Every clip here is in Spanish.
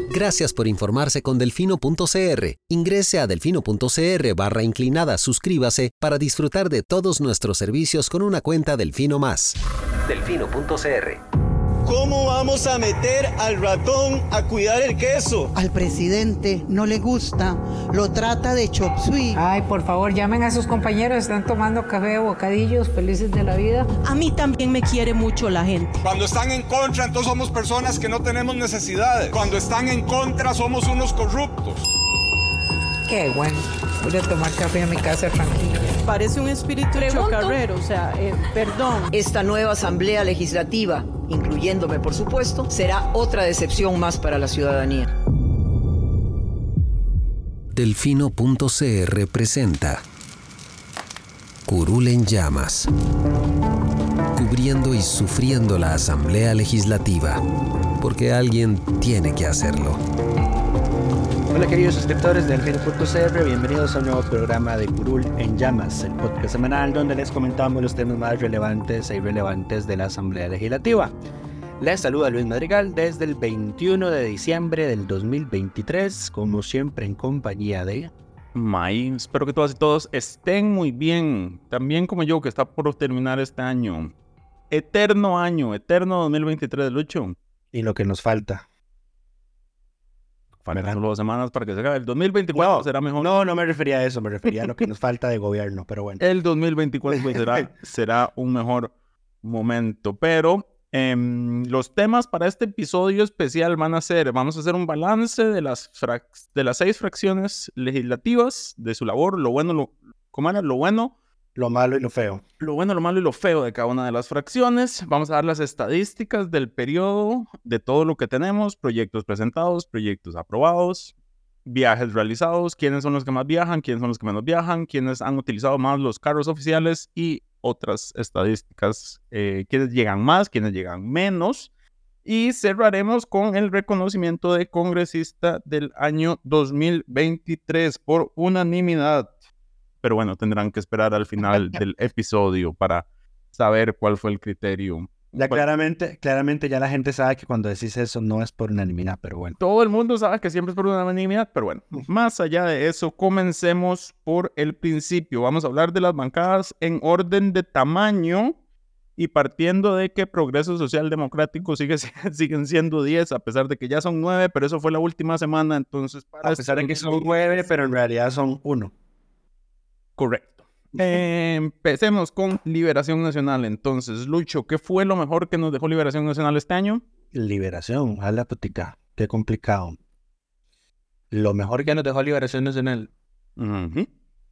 Gracias por informarse con Delfino.cr. Ingrese a Delfino.cr/inclinada, suscríbase para disfrutar de todos nuestros servicios con una cuenta Delfino Más. Delfino.cr. ¿Cómo vamos a meter al ratón a cuidar el queso? Al presidente no le gusta, lo trata de chop suey. Ay, por favor, llamen a sus compañeros, están tomando café, bocadillos, felices de la vida. A mí también me quiere mucho la gente. Cuando están en contra, entonces somos personas que no tenemos necesidades. Cuando están en contra, somos unos corruptos. Qué bueno, voy a tomar café en mi casa tranquila. Parece un espíritu chocarrero, perdón. Esta nueva asamblea legislativa, incluyéndome por supuesto, será otra decepción más para la ciudadanía. Delfino.cr presenta Curul en llamas, cubriendo y sufriendo la asamblea legislativa, porque alguien tiene que hacerlo. Hola queridos suscriptores de Delfino.cr, bienvenidos a un nuevo programa de Curul en Llamas, el podcast semanal donde les comentamos los temas más relevantes e irrelevantes de la Asamblea Legislativa. Les saluda Luis Madrigal desde el 21 de diciembre del 2023, como siempre en compañía de... May, espero que todas y todos estén muy bien, también como yo que está por terminar este año. Eterno 2023, Lucho. Y lo que nos falta. Faltan solo 2 semanas para que se acabe. El 2024 será mejor. No me refería a eso, me refería a lo que nos falta de gobierno, pero bueno. El 2024 será un mejor momento, pero los temas para este episodio especial vamos a hacer un balance de las 6 fracciones legislativas, de su labor, lo bueno, lo malo y lo feo. Lo bueno, lo malo y lo feo de cada una de las fracciones. Vamos a dar las estadísticas del periodo, de todo lo que tenemos, proyectos presentados, proyectos aprobados, viajes realizados, quiénes son los que más viajan, quiénes son los que menos viajan, quiénes han utilizado más los carros oficiales y otras estadísticas, quiénes llegan más, quiénes llegan menos. Y cerraremos con el reconocimiento de congresista del año 2023 por unanimidad. Pero bueno, tendrán que esperar al final del episodio para saber cuál fue el criterio. Ya claramente ya la gente sabe que cuando decís eso no es por unanimidad, pero bueno. Todo el mundo sabe que siempre es por unanimidad, pero bueno. Más allá de eso, comencemos por el principio. Vamos a hablar de las bancadas en orden de tamaño y partiendo de que Progreso Social Democrático siguen siendo 10, a pesar de que ya son 9, pero eso fue la última semana, entonces... A pesar de que son 9, pero en realidad son 1. Correcto. Empecemos con Liberación Nacional. Entonces, Lucho, ¿qué fue lo mejor que nos dejó Liberación Nacional este año? Liberación, a la putica. Qué complicado. Lo mejor que nos dejó Liberación Nacional. Uh-huh.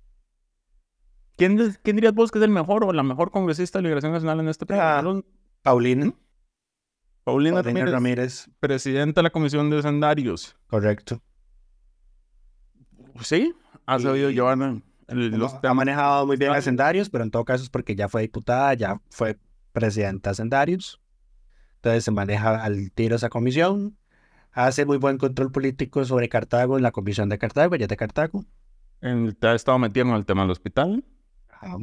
¿Quién dirías vos que es el mejor o la mejor congresista de Liberación Nacional en este periodo? Paulina Ramírez, presidenta de la Comisión de Hacendarios. Correcto. Sí, ha sabido llevar... ha manejado muy bien hacendarios, pero en todo caso es porque ya fue diputada, ya fue presidenta de hacendarios. Entonces se maneja al tiro esa comisión. Hace muy buen control político sobre Cartago en la comisión de Cartago, ya de Cartago. Ha estado metido en el tema del hospital. Ajá.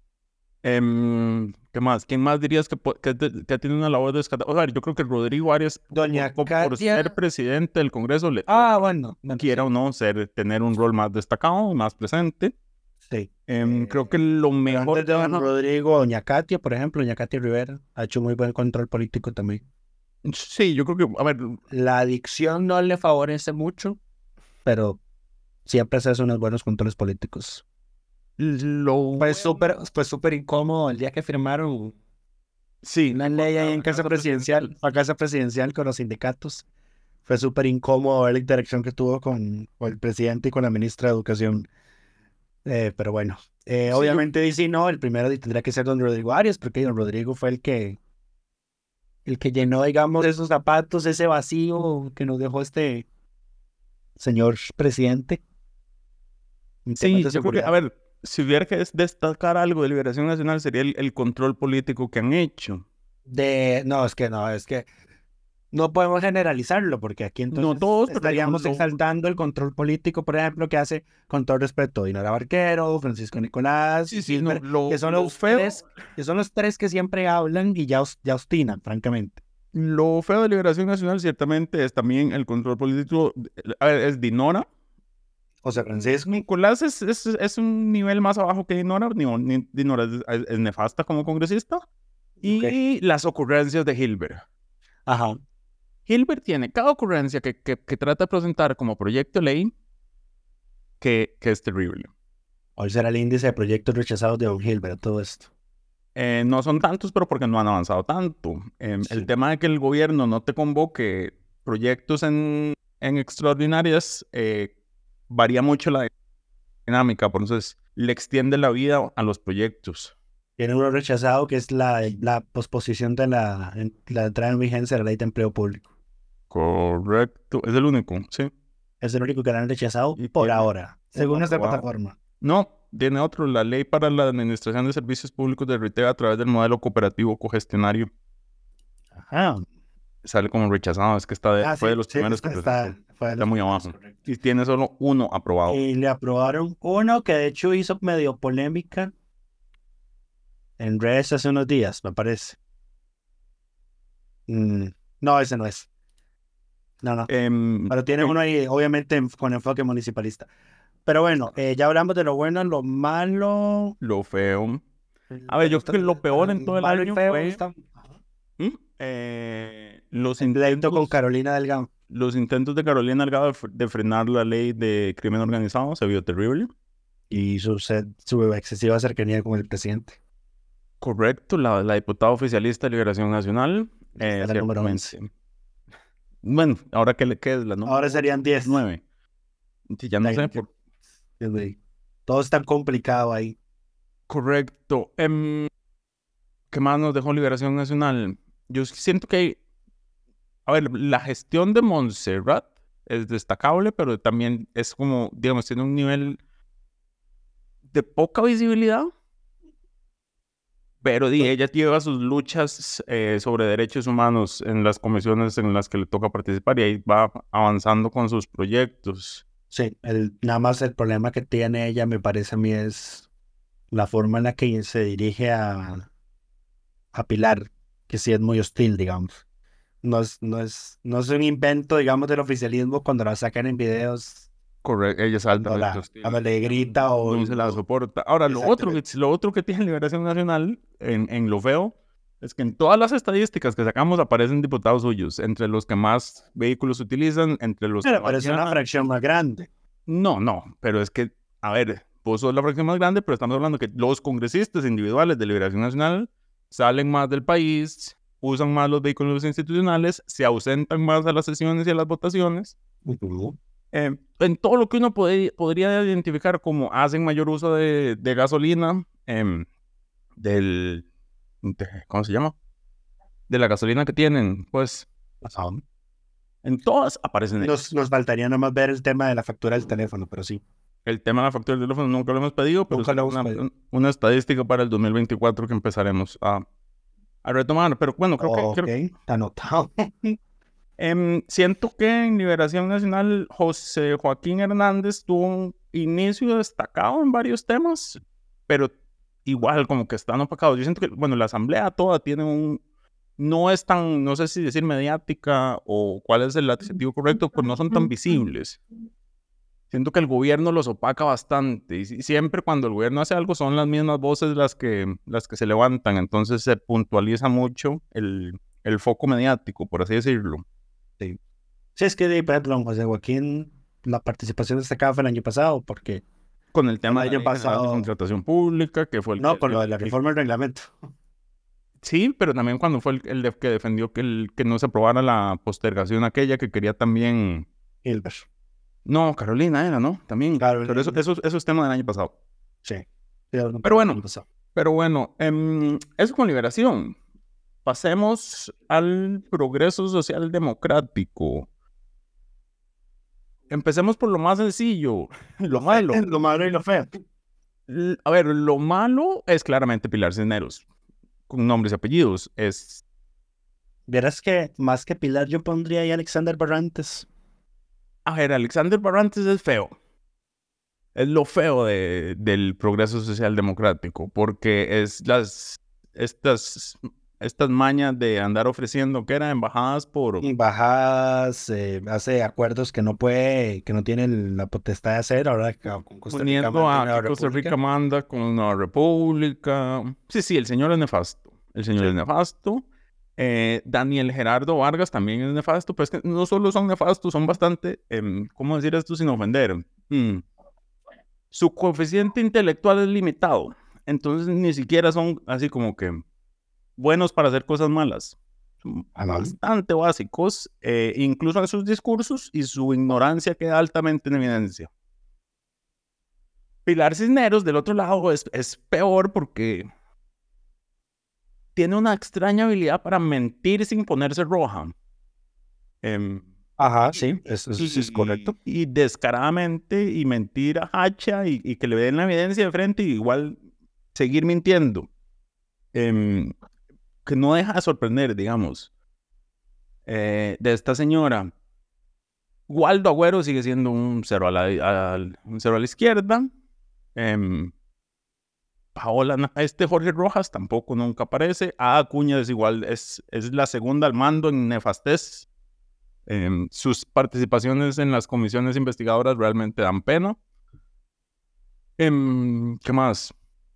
¿Qué más? ¿Quién más dirías que tiene una labor destacada? O sea, yo creo que Rodrigo Arias, por ser presidente del Congreso, quiera o no tener un rol más destacado, más presente. Sí. Creo que lo mejor... Antes de don Rodrigo, doña Katia, por ejemplo, doña Katia Rivera, ha hecho muy buen control político también. Sí, yo creo que, a ver... La adicción no le favorece mucho, pero siempre se hace unos buenos controles políticos. Fue súper incómodo el día que firmaron una ley ahí en Casa Presidencial con los sindicatos. Fue súper incómodo ver la interacción que tuvo con el presidente y con la ministra de Educación. Pero bueno, obviamente dice no, el primero tendría que ser don Rodrigo Arias, porque don Rodrigo fue el que llenó, digamos, esos zapatos, ese vacío que nos dejó este señor presidente. Sí, yo creo que, a ver, si hubiera que destacar algo de Liberación Nacional sería el control político que han hecho. Es que no podemos generalizarlo, porque aquí entonces todos estaríamos exaltando el control político, por ejemplo, que hace con todo respeto Dinora Barquero, Francisco Nicolás, que son los tres que siempre hablan y ya obstinan, francamente. Lo feo de Liberación Nacional ciertamente es también el control político. A ver, es Dinora. José Francisco. Nicolás es un nivel más abajo que Dinora. Dinora es nefasta como congresista. Y las ocurrencias de Hilbert. Ajá. Hilbert tiene cada ocurrencia que trata de presentar como proyecto de ley que es terrible. Hoy será el índice de proyectos rechazados de Don Hilbert, todo esto. No son tantos, pero porque no han avanzado tanto. Sí. El tema de que el gobierno no te convoque proyectos en extraordinarias varía mucho la dinámica, por entonces le extiende la vida a los proyectos. Tiene uno rechazado que es la posposición de la entrada en vigencia de la ley de empleo público. Correcto, es el único, sí. Es el único que le han rechazado Y por tiene ahora, según esta plataforma. No, tiene otro, la ley para la administración de servicios públicos de retail a través del modelo cooperativo cogestionario. Ajá. Sale como rechazado, es que fue de los primeros que presentó. Está muy abajo. Correcto. Y tiene solo uno aprobado. Y le aprobaron uno que de hecho hizo medio polémica en redes hace unos días, me parece. No, ese no es. No. Pero tiene uno ahí, obviamente, con enfoque municipalista. Pero bueno, ya hablamos de lo bueno, lo malo. Lo feo. A ver, yo creo que lo peor en todo el año fue los intentos con Carolina Delgado. Los intentos de Carolina Delgado de frenar la ley de crimen organizado se vio terrible. Y su excesiva cercanía con el presidente. Correcto, la diputada oficialista de Liberación Nacional. La número 11. Bueno, ahora que le queda la número. Ahora serían 10. 9. Sí, ya no sé. Todo es tan complicado ahí. Correcto. ¿Qué más nos dejó Liberación Nacional? Yo siento que a ver, la gestión de Montserrat es destacable, pero también es como, digamos, tiene un nivel de poca visibilidad. Pero ella lleva sus luchas sobre derechos humanos en las comisiones en las que le toca participar y ahí va avanzando con sus proyectos. Sí, nada más el problema que tiene ella, me parece a mí, es la forma en la que se dirige a Pilar, que sí es muy hostil, digamos. No es un invento, digamos, del oficialismo cuando la sacan en videos. Correcto, ella salta. Cuando le grita o... No se la soporta. Ahora, lo otro que tiene Liberación Nacional, en lo feo, es que en todas las estadísticas que sacamos aparecen diputados suyos, entre los que más vehículos utilizan, entre los Pero es una fracción más grande. No, pero es que, a ver, vos sos la fracción más grande, pero estamos hablando que los congresistas individuales de Liberación Nacional salen más del país, usan más los vehículos institucionales, se ausentan más a las sesiones y a las votaciones. En todo lo que uno podría identificar como hacen mayor uso de gasolina, ¿cómo se llama? De la gasolina que tienen, pues, en todas aparecen ellos. Nos faltaría nada más ver el tema de la factura del teléfono, pero sí. El tema de la factura del teléfono nunca lo hemos pedido, pero es una estadística para el 2024 que empezaremos a retomar. Pero bueno, creo que... Está anotado. Siento que en Liberación Nacional José Joaquín Hernández tuvo un inicio destacado en varios temas, pero igual como que están opacados. Yo siento que, bueno, la asamblea toda tiene no es tan, no sé si decir mediática o cuál es el adjetivo correcto, pues no son tan visibles. Siento que el gobierno los opaca bastante y siempre cuando el gobierno hace algo son las mismas voces las que se levantan, entonces se puntualiza mucho el foco mediático, por así decirlo. Sí, es que, por ejemplo, José Joaquín, la participación destacada fue el año pasado, porque... Con el tema del año pasado de contratación pública, que fue con lo de la reforma del reglamento. Sí, pero también cuando fue el que defendió que no se aprobara la postergación aquella que quería también... Hilbert. No, Carolina era, ¿no? También. Carolina. Pero eso es tema del año pasado. Sí. Pero bueno, eso con Liberación. Pasemos al progreso social democrático. Empecemos por lo más sencillo, lo malo. Lo malo y lo feo. A ver, lo malo es claramente Pilar Cisneros, con nombres y apellidos. Verás que más que Pilar yo pondría ahí a Alexander Barrantes. A ver, Alexander Barrantes es feo. Es lo feo del progreso social democrático, porque es estas estas mañas de andar ofreciendo, que eran embajadas por... Embajadas, hace acuerdos que no tiene la potestad de hacer, ahora con Costa Rica Poniendo manda a una que Costa república. Rica manda con una república. Sí, el señor es nefasto. El señor es nefasto. Daniel Gerardo Vargas también es nefasto, pero es que no solo son nefastos, son bastante, ¿cómo decir esto sin ofender? Su coeficiente intelectual es limitado, entonces ni siquiera son así como que buenos para hacer cosas malas. Son bastante básicos, incluso en sus discursos, y su ignorancia queda altamente en evidencia. Pilar Cisneros, del otro lado, es peor porque tiene una extraña habilidad para mentir sin ponerse roja. Ajá, sí, eso es correcto. Y descaradamente, y mentir a hacha, y que le den la evidencia de frente, y igual seguir mintiendo. Que no deja de sorprender, digamos. De esta señora. Waldo Agüero sigue siendo un cero a la izquierda. Jorge Rojas tampoco nunca aparece. Ada Acuña es igual, es la segunda al mando en nefastez. Sus participaciones en las comisiones investigadoras realmente dan pena. ¿Qué más?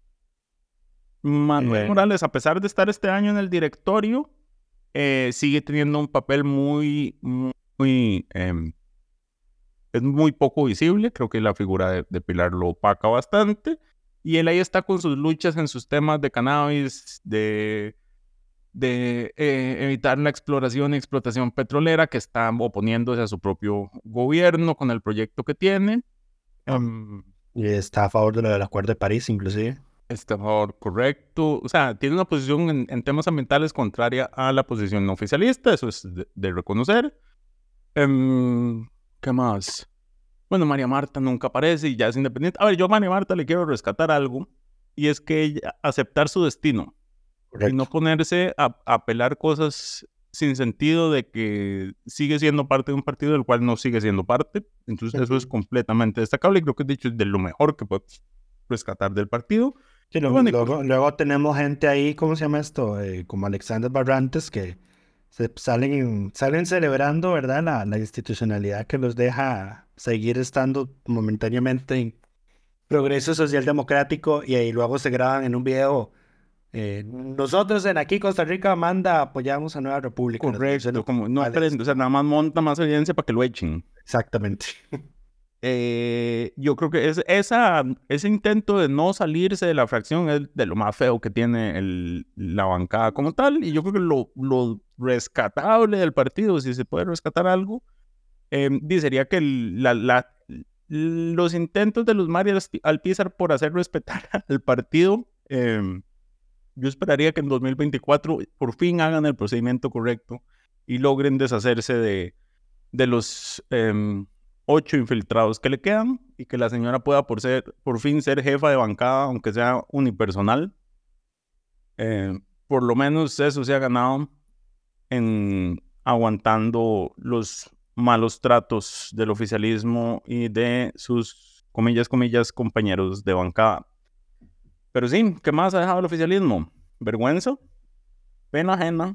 Manuel Morales, a pesar de estar este año en el directorio, sigue teniendo un papel es muy poco visible. Creo que la figura de Pilar lo opaca bastante. Y él ahí está con sus luchas en sus temas de cannabis, de evitar la exploración y explotación petrolera, que está oponiéndose a su propio gobierno con el proyecto que tiene. Y está a favor de lo del Acuerdo de París, inclusive. Está a favor, correcto. O sea, tiene una posición en temas ambientales contraria a la posición no oficialista, eso es de reconocer. ¿Qué más? Bueno, María Marta nunca aparece y ya es independiente. A ver, yo a María Marta le quiero rescatar algo, y es que ella aceptar su destino. Correcto. Y no ponerse a pelar cosas sin sentido de que sigue siendo parte de un partido del cual no sigue siendo parte. Entonces eso es completamente destacable, y creo que de hecho es de lo mejor que puedes rescatar del partido. Sí, luego tenemos gente ahí, ¿cómo se llama esto? Como Alexander Barrantes, que salen celebrando, ¿verdad? La institucionalidad que los deja seguir estando momentáneamente en Progreso Social Democrático, y ahí luego se graban en un video. Nosotros en aquí Costa Rica apoyamos a Nueva República. Correcto, como no aprende, o sea, nada más monta más evidencia para que lo echen. Exactamente. Yo creo que ese intento de no salirse de la fracción es de lo más feo que tiene la bancada como tal, y yo creo que lo rescatable del partido, si se puede rescatar algo, sería que los intentos de Luz María Alpizar por hacer respetar al partido, yo esperaría que en 2024 por fin hagan el procedimiento correcto y logren deshacerse de los 8 infiltrados que le quedan, y que la señora pueda por fin ser jefa de bancada, aunque sea unipersonal. Por lo menos eso se ha ganado en aguantando los malos tratos del oficialismo y de sus, comillas, compañeros de bancada. Pero sí, ¿qué más ha dejado el oficialismo? Vergüenza, pena ajena.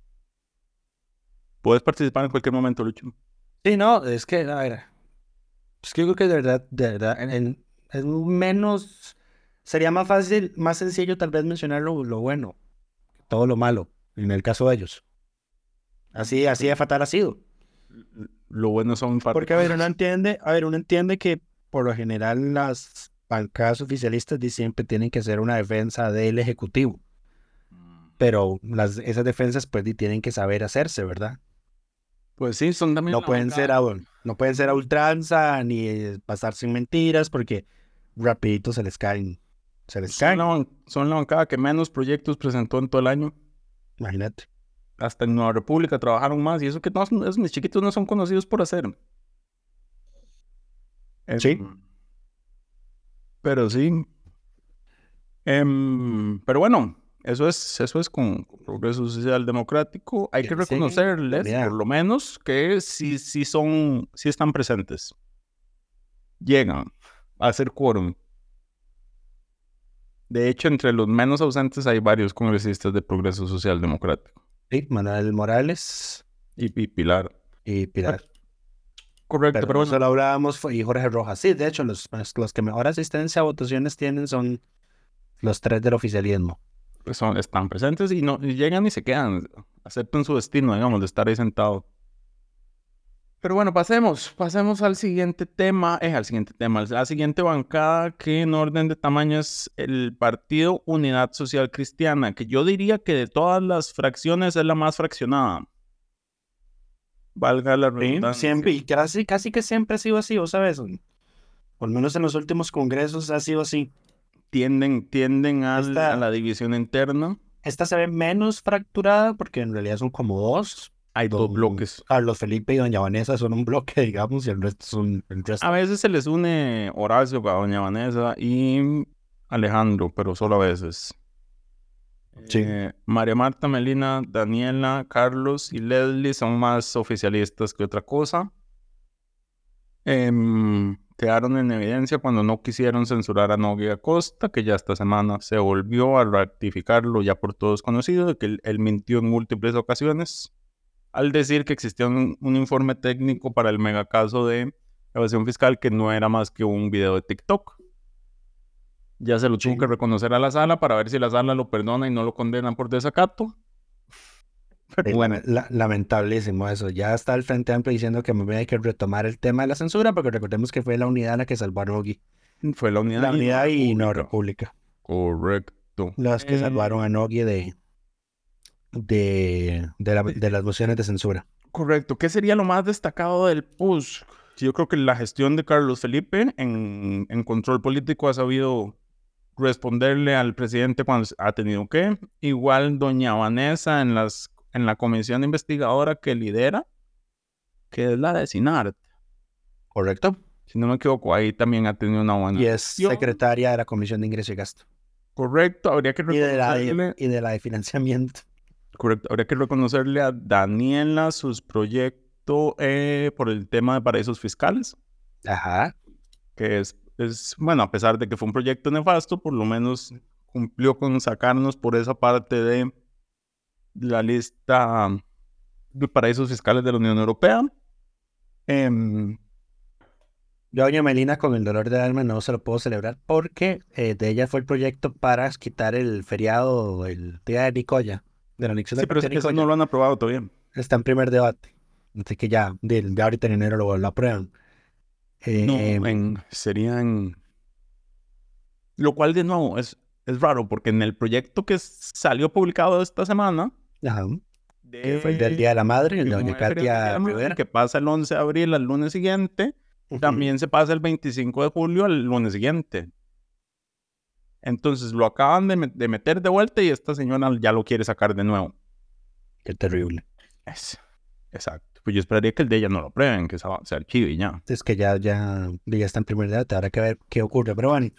Puedes participar en cualquier momento, Lucho. Sí, no, es que, a ver, es que yo creo que de verdad, es menos, sería más fácil, más sencillo tal vez mencionar lo bueno, todo lo malo, en el caso de ellos. Así de fatal ha sido. Lo bueno son... Porque, a ver, uno entiende que por lo general las bancadas oficialistas siempre tienen que hacer una defensa del Ejecutivo. Pero esas defensas pues tienen que saber hacerse, ¿verdad? Pues sí, son también no pueden ser a ultranza ni pasarse en mentiras, porque rapidito se les caen. Son la bancada que menos proyectos presentó en todo el año. Imagínate. Hasta en Nueva República trabajaron más, y eso que esos mis chiquitos no son conocidos por hacer. Sí. Pero sí. Pero bueno, eso es con Progreso Social Democrático. Hay que reconocerles, por lo menos, que sí están presentes. Llegan a hacer quórum. De hecho, entre los menos ausentes hay varios congresistas de Progreso Social Democrático. Sí, Manuel Morales Y Pilar. y Pilar. Correcto, pero solo hablábamos y Jorge Rojas. Sí, de hecho, los que mejor asistencia a votaciones tienen son los 3 del oficialismo. están presentes y no y llegan y se quedan. Aceptan su destino, digamos, de estar ahí sentado. Pero bueno, pasemos al siguiente tema. La siguiente bancada, que en orden de tamaño es el Partido Unidad Social Cristiana, que yo diría que de todas las fracciones es la más fraccionada. Valga la redundancia. Siempre, y casi que siempre ha sido así, ¿vos sabes? Por lo menos en los últimos congresos ha sido así. Tienden a la división interna. Esta se ve menos fracturada porque en realidad son como 2. Hay 2 bloques. Carlos Felipe y doña Vanessa son un bloque, digamos, y el resto son el resto. A veces se les une Horacio a doña Vanessa y Alejandro, pero solo a veces. Sí. María Marta, Melina, Daniela, Carlos y Leslie son más oficialistas que otra cosa. Quedaron en evidencia cuando no quisieron censurar a Nogui Acosta, que ya esta semana se volvió a ratificarlo ya por todos conocido, de que él mintió en múltiples ocasiones al decir que existía un informe técnico para el megacaso de evasión fiscal que no era más que un video de TikTok. Ya se lo tuvo que reconocer a la sala para ver si la sala lo perdona y no lo condenan por desacato. Pero bueno. Lamentabilísimo eso. Ya está el Frente Amplio diciendo que hay que retomar el tema de la censura, porque recordemos que fue la unidad la que salvó a Nogui. Fue la unidad y no República. Correcto. Las que salvaron a Nogui de las mociones de censura. Correcto. ¿Qué sería lo más destacado del PUSC? Yo creo que la gestión de Carlos Felipe en control político ha sabido responderle al presidente cuando ha tenido que. Igual doña Vanessa en la comisión investigadora que lidera, que es la de SINART. Correcto. Si no me equivoco, ahí también ha tenido una buena y es secretaria de la Comisión de Ingreso y Gasto. Correcto, habría que reconocerle... Y de la de financiamiento. Correcto, habría que reconocerle a Daniela sus proyectos por el tema de paraísos fiscales. Ajá. Que es, bueno, a pesar de que fue un proyecto nefasto, por lo menos cumplió con sacarnos por esa parte de la lista de paraísos fiscales de la Unión Europea. Yo a doña Melina, con el dolor del alma, no se lo puedo celebrar porque de ella fue el proyecto para quitar el feriado, el día de Nicoya, de la anexión de pero eso no lo han aprobado todavía. Está en primer debate. Así que ya ahorita en enero lo aprueban. Serían... Lo cual, de nuevo, es raro, porque en el proyecto que salió publicado esta semana... Ajá. Que fue el del Día de la Madre, el de doña Katia Rivera. Que pasa el 11 de abril al lunes siguiente. También se pasa el 25 de julio al lunes siguiente. Entonces lo acaban de meter de vuelta y esta señora ya lo quiere sacar de nuevo. Qué terrible. Exacto. Pues yo esperaría que el de ella no lo aprueben, que se archive y ya. Es que ya está en primer debate, habrá que ver qué ocurre. Pero bueno,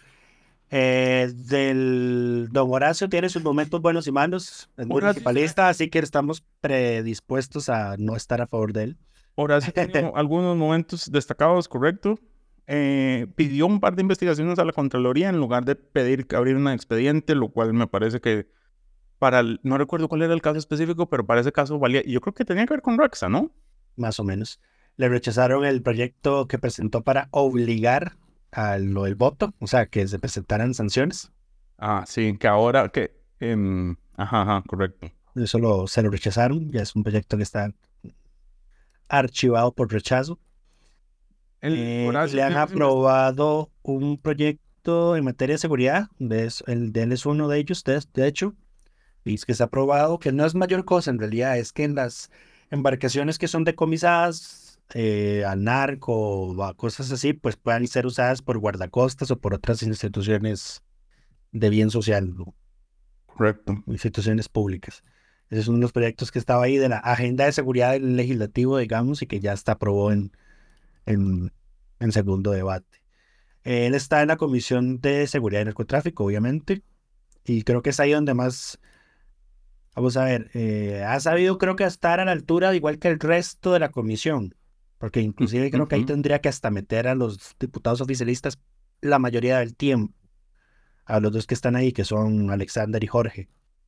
don Horacio tiene sus momentos buenos y malos. Es municipalista, así que estamos predispuestos a no estar a favor de él. Horacio tiene algunos momentos destacados, correcto. Pidió un par de investigaciones a la Contraloría en lugar de pedir que abrir un expediente, lo cual me parece que no recuerdo cuál era el caso específico, pero para ese caso valía. Y yo creo que tenía que ver con Rexa, ¿no? Más o menos. Le rechazaron el proyecto que presentó para obligar a lo del voto, o sea, que se presentaran sanciones. Ah, sí, que ahora que... correcto. Eso se lo rechazaron, ya es un proyecto que está archivado por rechazo. Le han aprobado un proyecto en materia de seguridad, el de él es uno de ellos, de hecho, y es que se ha aprobado, que no es mayor cosa en realidad, es que en las embarcaciones que son decomisadas a narco o a cosas así, pues puedan ser usadas por guardacostas o por otras instituciones de bien social, ¿no? Correcto. Instituciones públicas. Ese es uno de los proyectos que estaba ahí de la agenda de seguridad del legislativo, digamos, y que ya está aprobado en segundo debate. Él está en la Comisión de Seguridad y Narcotráfico, obviamente, y creo que es ahí donde más, vamos a ver, ha sabido creo que estar a la altura, igual que el resto de la comisión, porque inclusive creo que ahí tendría que hasta meter a los diputados oficialistas la mayoría del tiempo, a los dos que están ahí, que son Alexander y Jorge.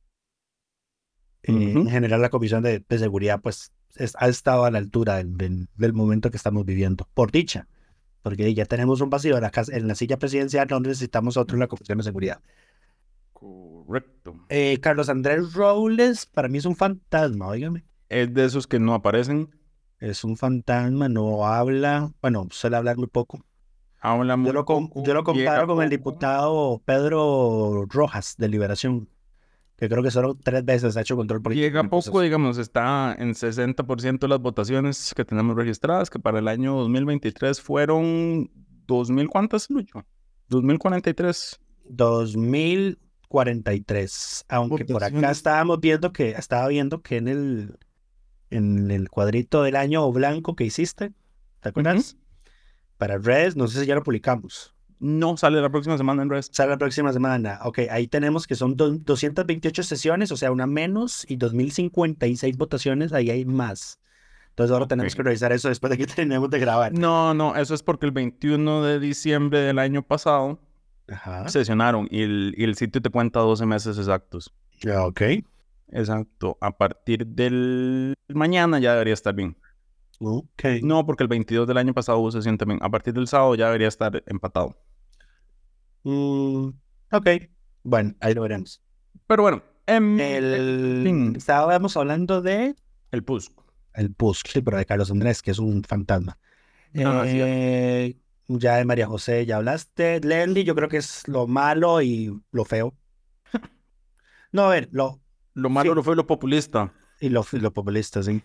En general, la Comisión de Seguridad pues ha estado a la altura del momento que estamos viviendo, por dicha, porque ya tenemos un vacío en la silla presidencial, no necesitamos otro en la Comisión de Seguridad. Correcto. Carlos Andrés Robles, para mí es un fantasma, óigame. Es de esos que no aparecen. Es un fantasma, no habla, bueno, suele hablar muy poco. Habla muy poco. Yo lo comparo con el diputado Pedro Rojas de Liberación, que creo que solo 3 veces ha hecho control político. Llega poco, digamos, está en 60% de las votaciones que tenemos registradas, que para el año 2023 fueron 2.000, ¿cuántas, Lucho? 2.043. 2043, aunque por acá estaba viendo que en el cuadrito del año blanco que hiciste, ¿te acuerdas? Para redes, no sé si ya lo publicamos. No, sale la próxima semana en redes. Sale la próxima semana. Ok, ahí tenemos que son 228 sesiones, o sea, una menos, y 2056 votaciones, ahí hay más. Entonces ahora tenemos que revisar eso después de que terminemos de grabar. No, eso es porque el 21 de diciembre del año pasado sesionaron y el sitio te cuenta 12 meses exactos. Ok. Exacto. A partir del mañana ya debería estar bien. Ok. No, porque el 22 del año pasado hubo sesión también. A partir del sábado ya debería estar empatado. Ok. Bueno, ahí lo veremos. Pero bueno. Estábamos hablando de... El PUSC. El PUSC, sí, pero de Carlos Andrés, que es un fantasma. Ya de María José ya hablaste. Leslie, yo creo que es lo malo y lo feo. No, a ver, lo malo, sí. Lo feo y lo populista. Y lo populista, sí.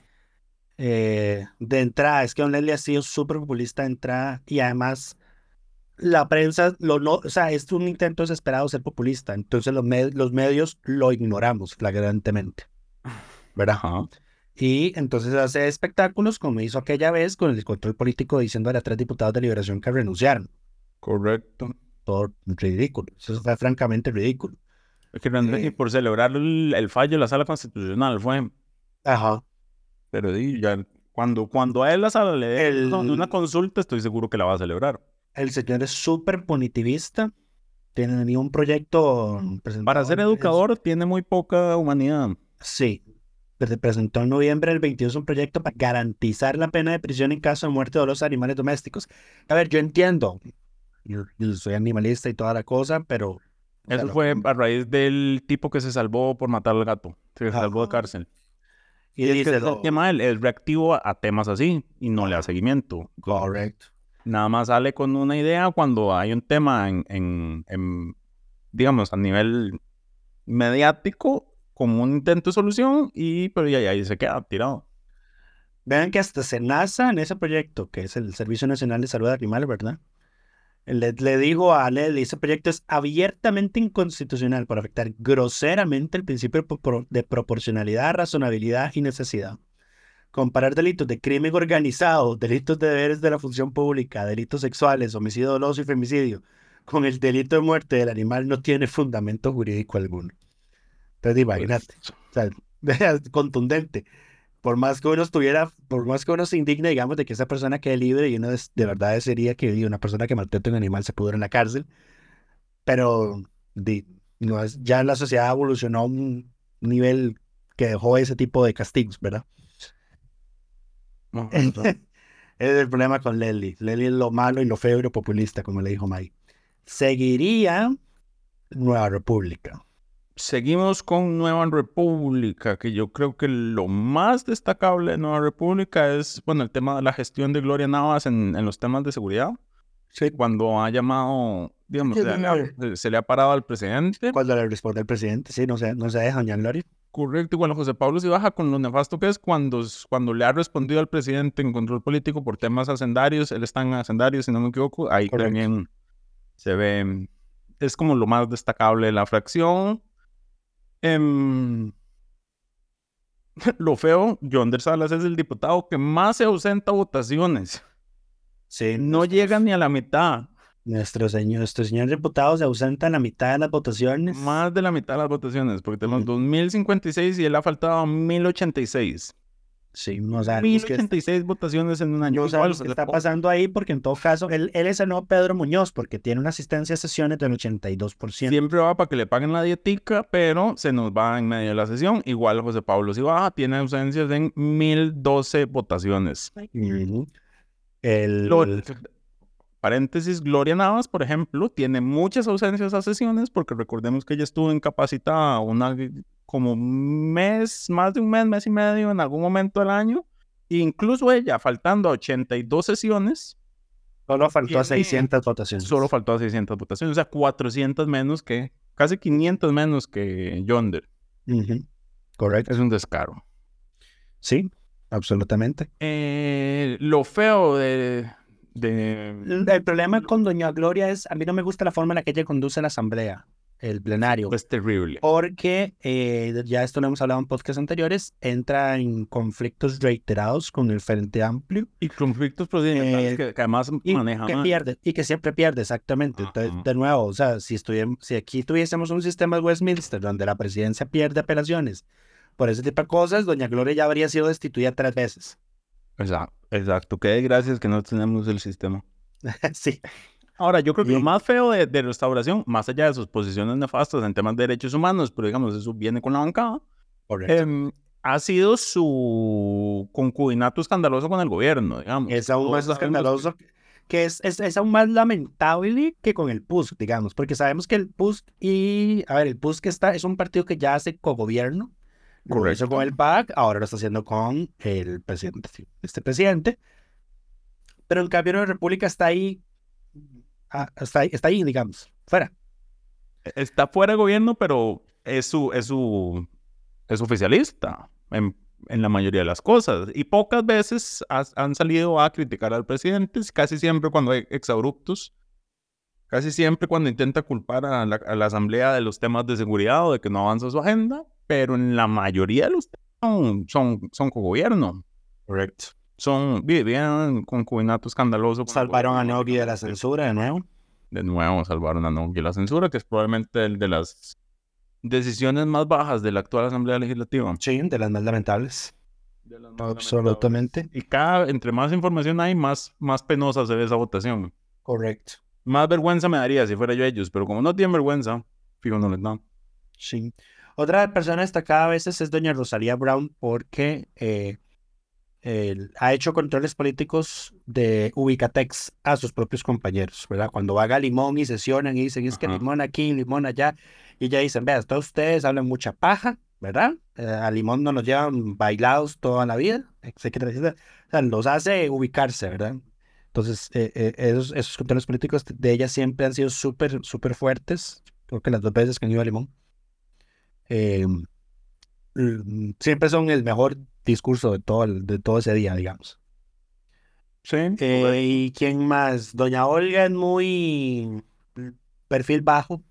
De entrada, es que don Leslie ha sido súper populista de entrada y además la prensa, o sea, es un intento desesperado de ser populista, entonces los medios lo ignoramos flagrantemente, ¿verdad? Y entonces hace espectáculos como hizo aquella vez con el control político diciendo a 3 diputados de Liberación que renunciaron. Correcto. Todo ridículo, eso fue francamente ridículo. Es que por celebrar el fallo de la Sala Constitucional fue... Ajá. Pero ya, cuando a él la sala le dé una consulta, estoy seguro que la va a celebrar. El señor es súper punitivista. Tiene un proyecto presentado. Para ser educador tiene muy poca humanidad. Sí. Presentó en noviembre del 22 un proyecto para garantizar la pena de prisión en caso de muerte de los animales domésticos. A ver, yo entiendo. Yo soy animalista y toda la cosa, pero... Eso fue a raíz del tipo que se salvó por matar al gato. Se salvó de cárcel. Y dice, el tema es reactivo a temas así y no le da seguimiento. Correcto. Nada más sale con una idea cuando hay un tema digamos, a nivel mediático, como un intento de solución, pero ya ahí se queda tirado. Vean que hasta SENASA en ese proyecto, que es el Servicio Nacional de Salud Animal, ¿verdad? Le dijo a Leslie, ese proyecto es abiertamente inconstitucional por afectar groseramente el principio de proporcionalidad, razonabilidad y necesidad. Comparar delitos de crimen organizado, delitos de deberes de la función pública, delitos sexuales, homicidio doloso y femicidio, con el delito de muerte del animal no tiene fundamento jurídico alguno. Entonces, imagínate, o sea, contundente. Por más que uno se indigne, digamos, de que esa persona quede libre y uno de verdad desearía que una persona que maltrata a un animal se pudra en la cárcel, pero no es, ya la sociedad evolucionó a un nivel que dejó ese tipo de castigos, ¿verdad? Ese es el problema con Leslie. Leslie es lo malo y lo feo y lo populista, como le dijo May. Seguiría Nueva República. Seguimos con Nueva República, que yo creo que lo más destacable de Nueva República es, bueno, el tema de la gestión de Gloria Navas en los temas de seguridad. Sí. Cuando ha llamado, digamos, se le ha parado al presidente. Cuando le responde el presidente, sí, no se deja, doña Gloria. Correcto, y bueno, José Pablo se baja con lo nefasto que es cuando le ha respondido al presidente en control político por temas hacendarios. Él está en hacendarios, si no me equivoco. Ahí correcto. También se ve, es como lo más destacable de la fracción. Lo feo, Yonder Salas es el diputado que más se ausenta a votaciones. Sí, no llega ni a la mitad. Nuestro señor diputado se ausenta en la mitad de las votaciones. Más de la mitad de las votaciones, porque tenemos 2056 y él ha faltado 1086. Sí, no sabemos qué 1086 votaciones en un año. no sabemos qué está pasando ahí, porque en todo caso, él es el nuevo Pedro Muñoz, porque tiene una asistencia a sesiones del 82%. Siempre va para que le paguen la dietica, pero se nos va en medio de la sesión. Igual José Pablo si baja, tiene ausencias en 1012 votaciones. Ujú. Paréntesis, Gloria Navas, por ejemplo, tiene muchas ausencias a sesiones porque recordemos que ella estuvo incapacitada como un mes, más de un mes y medio en algún momento del año. Incluso ella, faltando a 82 sesiones. Solo faltó a 600 votaciones. Solo faltó a 600 votaciones, o sea, 400 menos casi 500 menos que Yonder. Correcto. Es un descaro. Sí, absolutamente. Lo feo El problema con doña Gloria es, a mí no me gusta la forma en la que ella conduce la asamblea, el plenario. Es terrible. Porque, ya esto lo hemos hablado en podcasts anteriores, entra en conflictos reiterados con el Frente Amplio. Y conflictos procedimentales que además maneja. Y que siempre pierde, exactamente. Entonces, de nuevo, o sea, si aquí tuviésemos un sistema de Westminster donde la presidencia pierde apelaciones por ese tipo de cosas, doña Gloria ya habría sido destituida 3 veces. Exacto. Qué desgracia que no tenemos el sistema. Sí. Ahora, yo creo que lo más feo de Restauración, más allá de sus posiciones nefastas en temas de derechos humanos, pero digamos, eso viene con la bancada, ha sido su concubinato escandaloso con el gobierno, digamos. Es aún más escandaloso, que es aún más lamentable que con el PUSC, digamos, porque sabemos que el PUSC el PUSC es un partido que ya hace cogobierno. Lo hizo con el PAC, ahora lo está haciendo con el presidente, este presidente. Pero en cambio la República está ahí, digamos, fuera. Está fuera de gobierno, pero es oficialista en la mayoría de las cosas. Y pocas veces han salido a criticar al presidente, casi siempre cuando hay exabruptos, casi siempre cuando intenta culpar a la Asamblea de los temas de seguridad o de que no avanza su agenda. Pero en la mayoría de los temas son cogobierno. Correcto. Vivían concubinato escandaloso. Salvaron a Nogui de la censura de nuevo. De nuevo salvaron a Nogui de la censura, que es probablemente el de las decisiones más bajas de la actual Asamblea Legislativa. Sí, de las más lamentables. Absolutamente. Y entre más información hay, más penosa se ve esa votación. Correcto. Más vergüenza me daría si fuera yo ellos, pero como no tienen vergüenza, fijo, no les dan. Sí. Otra persona destacada a veces es doña Rosalía Brown porque ha hecho controles políticos de Ubicatex a sus propios compañeros, ¿verdad? Cuando va a Limón y sesionan y dicen, es que Limón aquí, Limón allá, y ya dicen, vea, todos ustedes hablan mucha paja, ¿verdad? A Limón no nos llevan bailados toda la vida, etcétera. O sea, los hace ubicarse, ¿verdad? Entonces, esos controles políticos de ella siempre han sido súper, súper fuertes, creo que las 2 veces que han ido a Limón. Siempre son el mejor discurso de todo ese día, digamos. Sí. ¿Y quién más? Doña Olga es muy perfil bajo.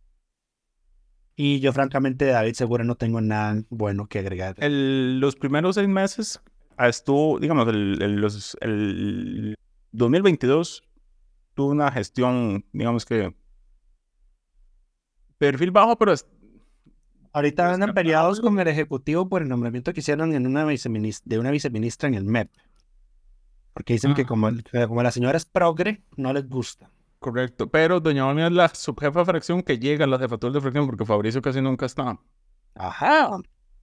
Y yo, francamente, de David Segura no tengo nada bueno que agregar. Los primeros 6 meses estuvo, digamos, el 2022 tuvo una gestión, digamos que perfil bajo, pero ahorita andan peleados con el Ejecutivo por el nombramiento que hicieron de una viceministra en el MEP. Porque dicen que como la señora es progre, no les gusta. Correcto, pero doña Olga es la subjefa de fracción que llega a la jefatura de fracción porque Fabricio casi nunca está. Ajá.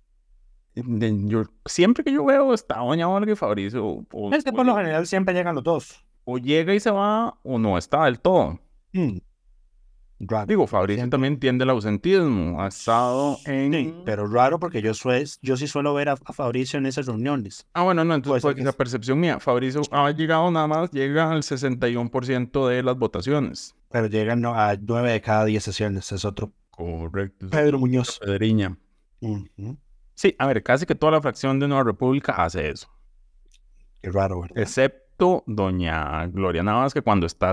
Siempre que yo veo está doña Olga y Fabricio. Es que por lo general siempre llegan los dos. O llega y se va o no está del todo. Digo, Fabricio también entiende el ausentismo. Ha estado en... Sí, pero raro porque yo sí suelo ver a Fabricio en esas reuniones. Bueno, no, entonces puede que sea percepción mía. Fabricio ha llegado llega al 61% de las votaciones. Pero llegan a 9 de cada 10 sesiones, es otro. Correcto. Pedro Muñoz. Pedriña. Sí, a ver, casi que toda la fracción de Nueva República hace eso. Qué raro, ¿verdad? Excepto doña Gloria Navas, que cuando está.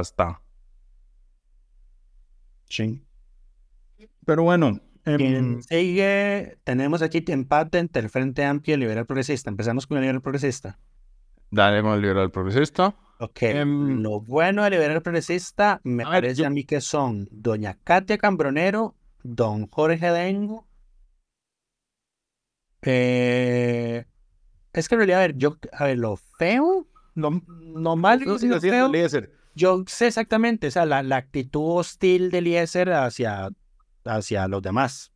Sí. Pero bueno. Sigue, tenemos aquí empate entre el Frente Amplio y el Liberal Progresista. Empezamos con el Liberal Progresista. Dale con el Liberal Progresista. Ok. Lo bueno del Liberal Progresista me parece a mí que son doña Katia Cambronero, don Jorge Dengo, Es que en realidad, a ver, lo feo, lo malo, Sigue lo siendo feo, Eliezer. yo sé exactamente, o sea, la actitud hostil de Eliezer hacia los demás.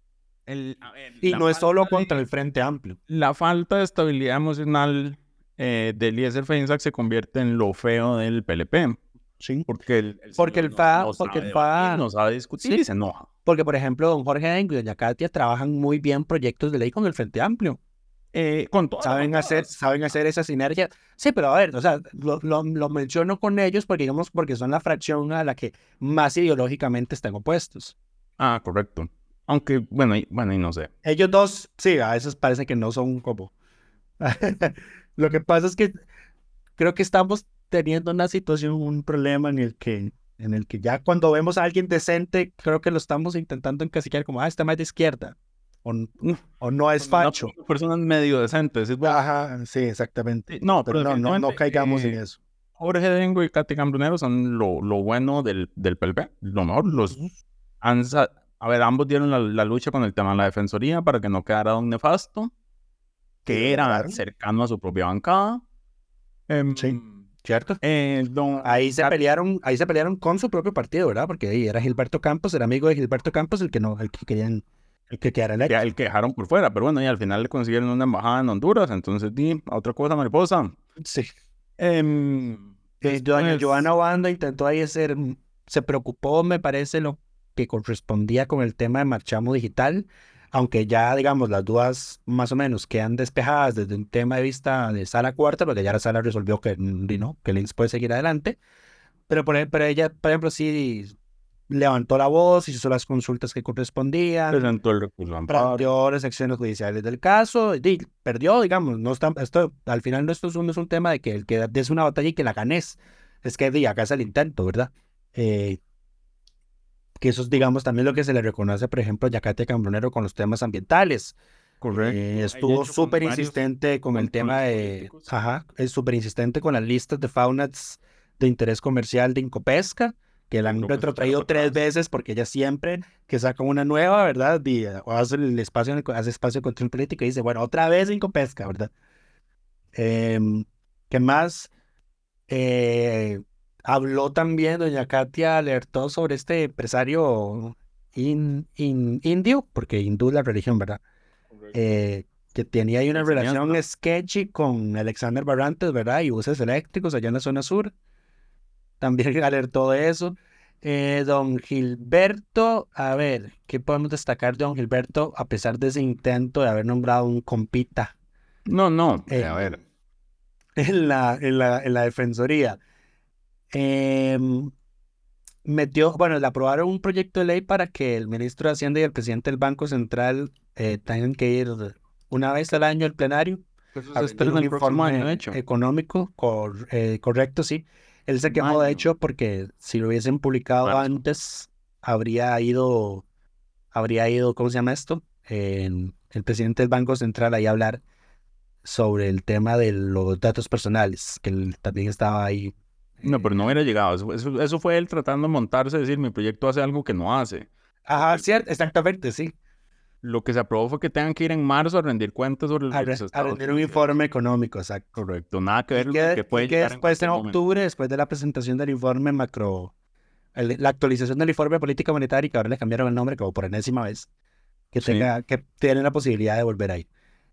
Y no es solo contra el Frente Amplio. La falta de estabilidad emocional de Eliezer Feinsack se convierte en lo feo del PLP. Sí. Porque el Porque señor el FA, no porque sabe el FA, debatir, no sabe discutir sí. y se enoja. Porque, por ejemplo, don Jorge Dengo y doña Katia trabajan muy bien proyectos de ley con el Frente Amplio. Con todas Saben las hacer esa sinergia. Sí, pero a ver, o sea, lo menciono con ellos porque, digamos, porque son la fracción a la que más ideológicamente están opuestos. Ah, correcto. Aunque, bueno, y no sé. Ellos dos, sí, a veces parece que no son como... Lo que pasa es que creo que estamos teniendo una situación, un problema en el que ya cuando vemos a alguien decente, creo que lo estamos intentando encasillar como, este más de izquierda, o no es facho. Personas medio decentes. Ajá, sí, exactamente. Sí, no, pero no caigamos en eso. Jorge Dengo y Katy Cambronero son lo bueno del PLP. Lo mejor, a ver, ambos dieron la lucha con el tema de la defensoría para que no quedara don Nefasto, que era cercano a su propia bancada. Sí, cierto. Ahí se pelearon con su propio partido, ¿verdad? Porque ahí era Gilberto Campos, era amigo de Gilberto Campos el que quedara electo. El que dejaron por fuera, pero bueno, y al final le consiguieron una embajada en Honduras, entonces otra cosa, mariposa. Sí. Después, Doña Joana Obando intentó ahí se preocupó, me parece, lo que correspondía con el tema de Marchamo Digital, aunque ya, digamos, las dudas más o menos quedan despejadas desde un tema de vista de Sala Cuarta, porque ya la Sala resolvió que Links puede seguir adelante, pero ella, por ejemplo, sí levantó la voz, hizo las consultas que correspondían, presentó el recurso de amparo, planteó las secciones judiciales del caso, y perdió, digamos, al final no es un tema de que el que des una batalla y que la ganes, es que acá es el intento, ¿verdad? Que eso es, digamos, también lo que se le reconoce, por ejemplo, a Katia Cambronero con los temas ambientales. Correcto. Estuvo súper insistente con el tema de... es súper insistente con las listas de faunas de interés comercial de Incopesca, que la han retrotraído 3 veces porque ella siempre que saca una nueva, ¿verdad? Hace espacio de control político y dice, bueno, otra vez Incopesca, ¿verdad? ¿Qué más? Habló también, doña Katia alertó sobre este empresario indio, porque hindú es la religión, ¿verdad? Que tenía ahí una relación sketchy con Alexander Barrantes, ¿verdad? Y buses eléctricos allá en la zona sur. También alertó de eso. Don Gilberto, a ver, ¿qué podemos destacar de don Gilberto a pesar de ese intento de haber nombrado un compita? No, a ver. En la defensoría. Le aprobaron un proyecto de ley para que el ministro de Hacienda y el presidente del Banco Central tengan que ir una vez al año al plenario a rendir un informe económico, correcto, sí. Él se quejó, de hecho, porque si lo hubiesen publicado antes, habría ido, ¿cómo se llama esto? El presidente del Banco Central ahí a hablar sobre el tema de los datos personales, que él también estaba ahí. No, pero no hubiera llegado. Eso fue él tratando de montarse, decir, mi proyecto hace algo que no hace. Ajá, cierto, exactamente, sí. Lo que se aprobó fue que tengan que ir en marzo a rendir cuentas sobre a rendir un informe económico, exacto. Correcto, nada que ver con lo que puede llegar después en octubre, después de la presentación del informe la actualización del informe de política monetaria, que ahora le cambiaron el nombre como por enésima vez, que tienen la posibilidad de volver ahí.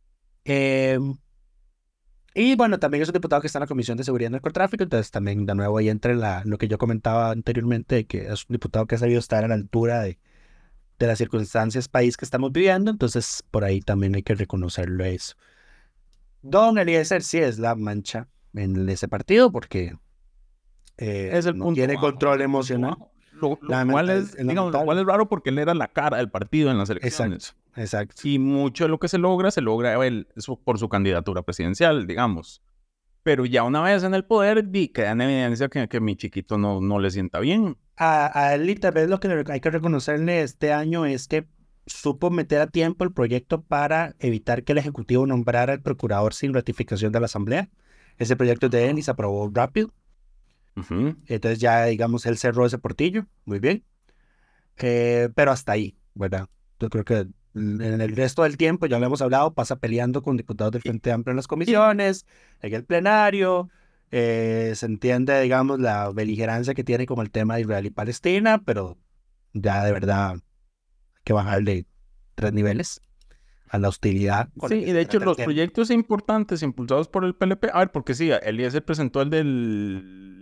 Y bueno, también es un diputado que está en la Comisión de Seguridad y Narcotráfico, entonces también de nuevo ahí entra lo que yo comentaba anteriormente, que es un diputado que ha sabido estar a la altura de las circunstancias país que estamos viviendo, entonces por ahí también hay que reconocerlo eso. Don Eliezer sí es la mancha en ese partido porque no tiene control emocional. Lo cual es raro porque él era la cara del partido en las elecciones. Exacto. Y mucho de lo que se logra eso por su candidatura presidencial, digamos. Pero ya una vez en el poder, queda en evidencia que mi chiquito no le sienta bien. A él, tal vez lo que hay que reconocerle este año es que supo meter a tiempo el proyecto para evitar que el Ejecutivo nombrara al procurador sin ratificación de la Asamblea. Ese proyecto es de él y se aprobó rápido. Entonces ya, digamos, él cerró ese portillo, muy bien. Pero hasta ahí, ¿verdad? Yo creo que En el resto del tiempo, ya lo hemos hablado, pasa peleando con diputados del Frente Amplio en las comisiones, en el plenario. Se entiende, digamos, la beligerancia que tiene como el tema de Israel y Palestina, pero ya de verdad hay que bajarle 3 niveles a la hostilidad. Sí, y de hecho los proyectos importantes impulsados por el PLP, a ver, porque sí, Eliezer presentó el del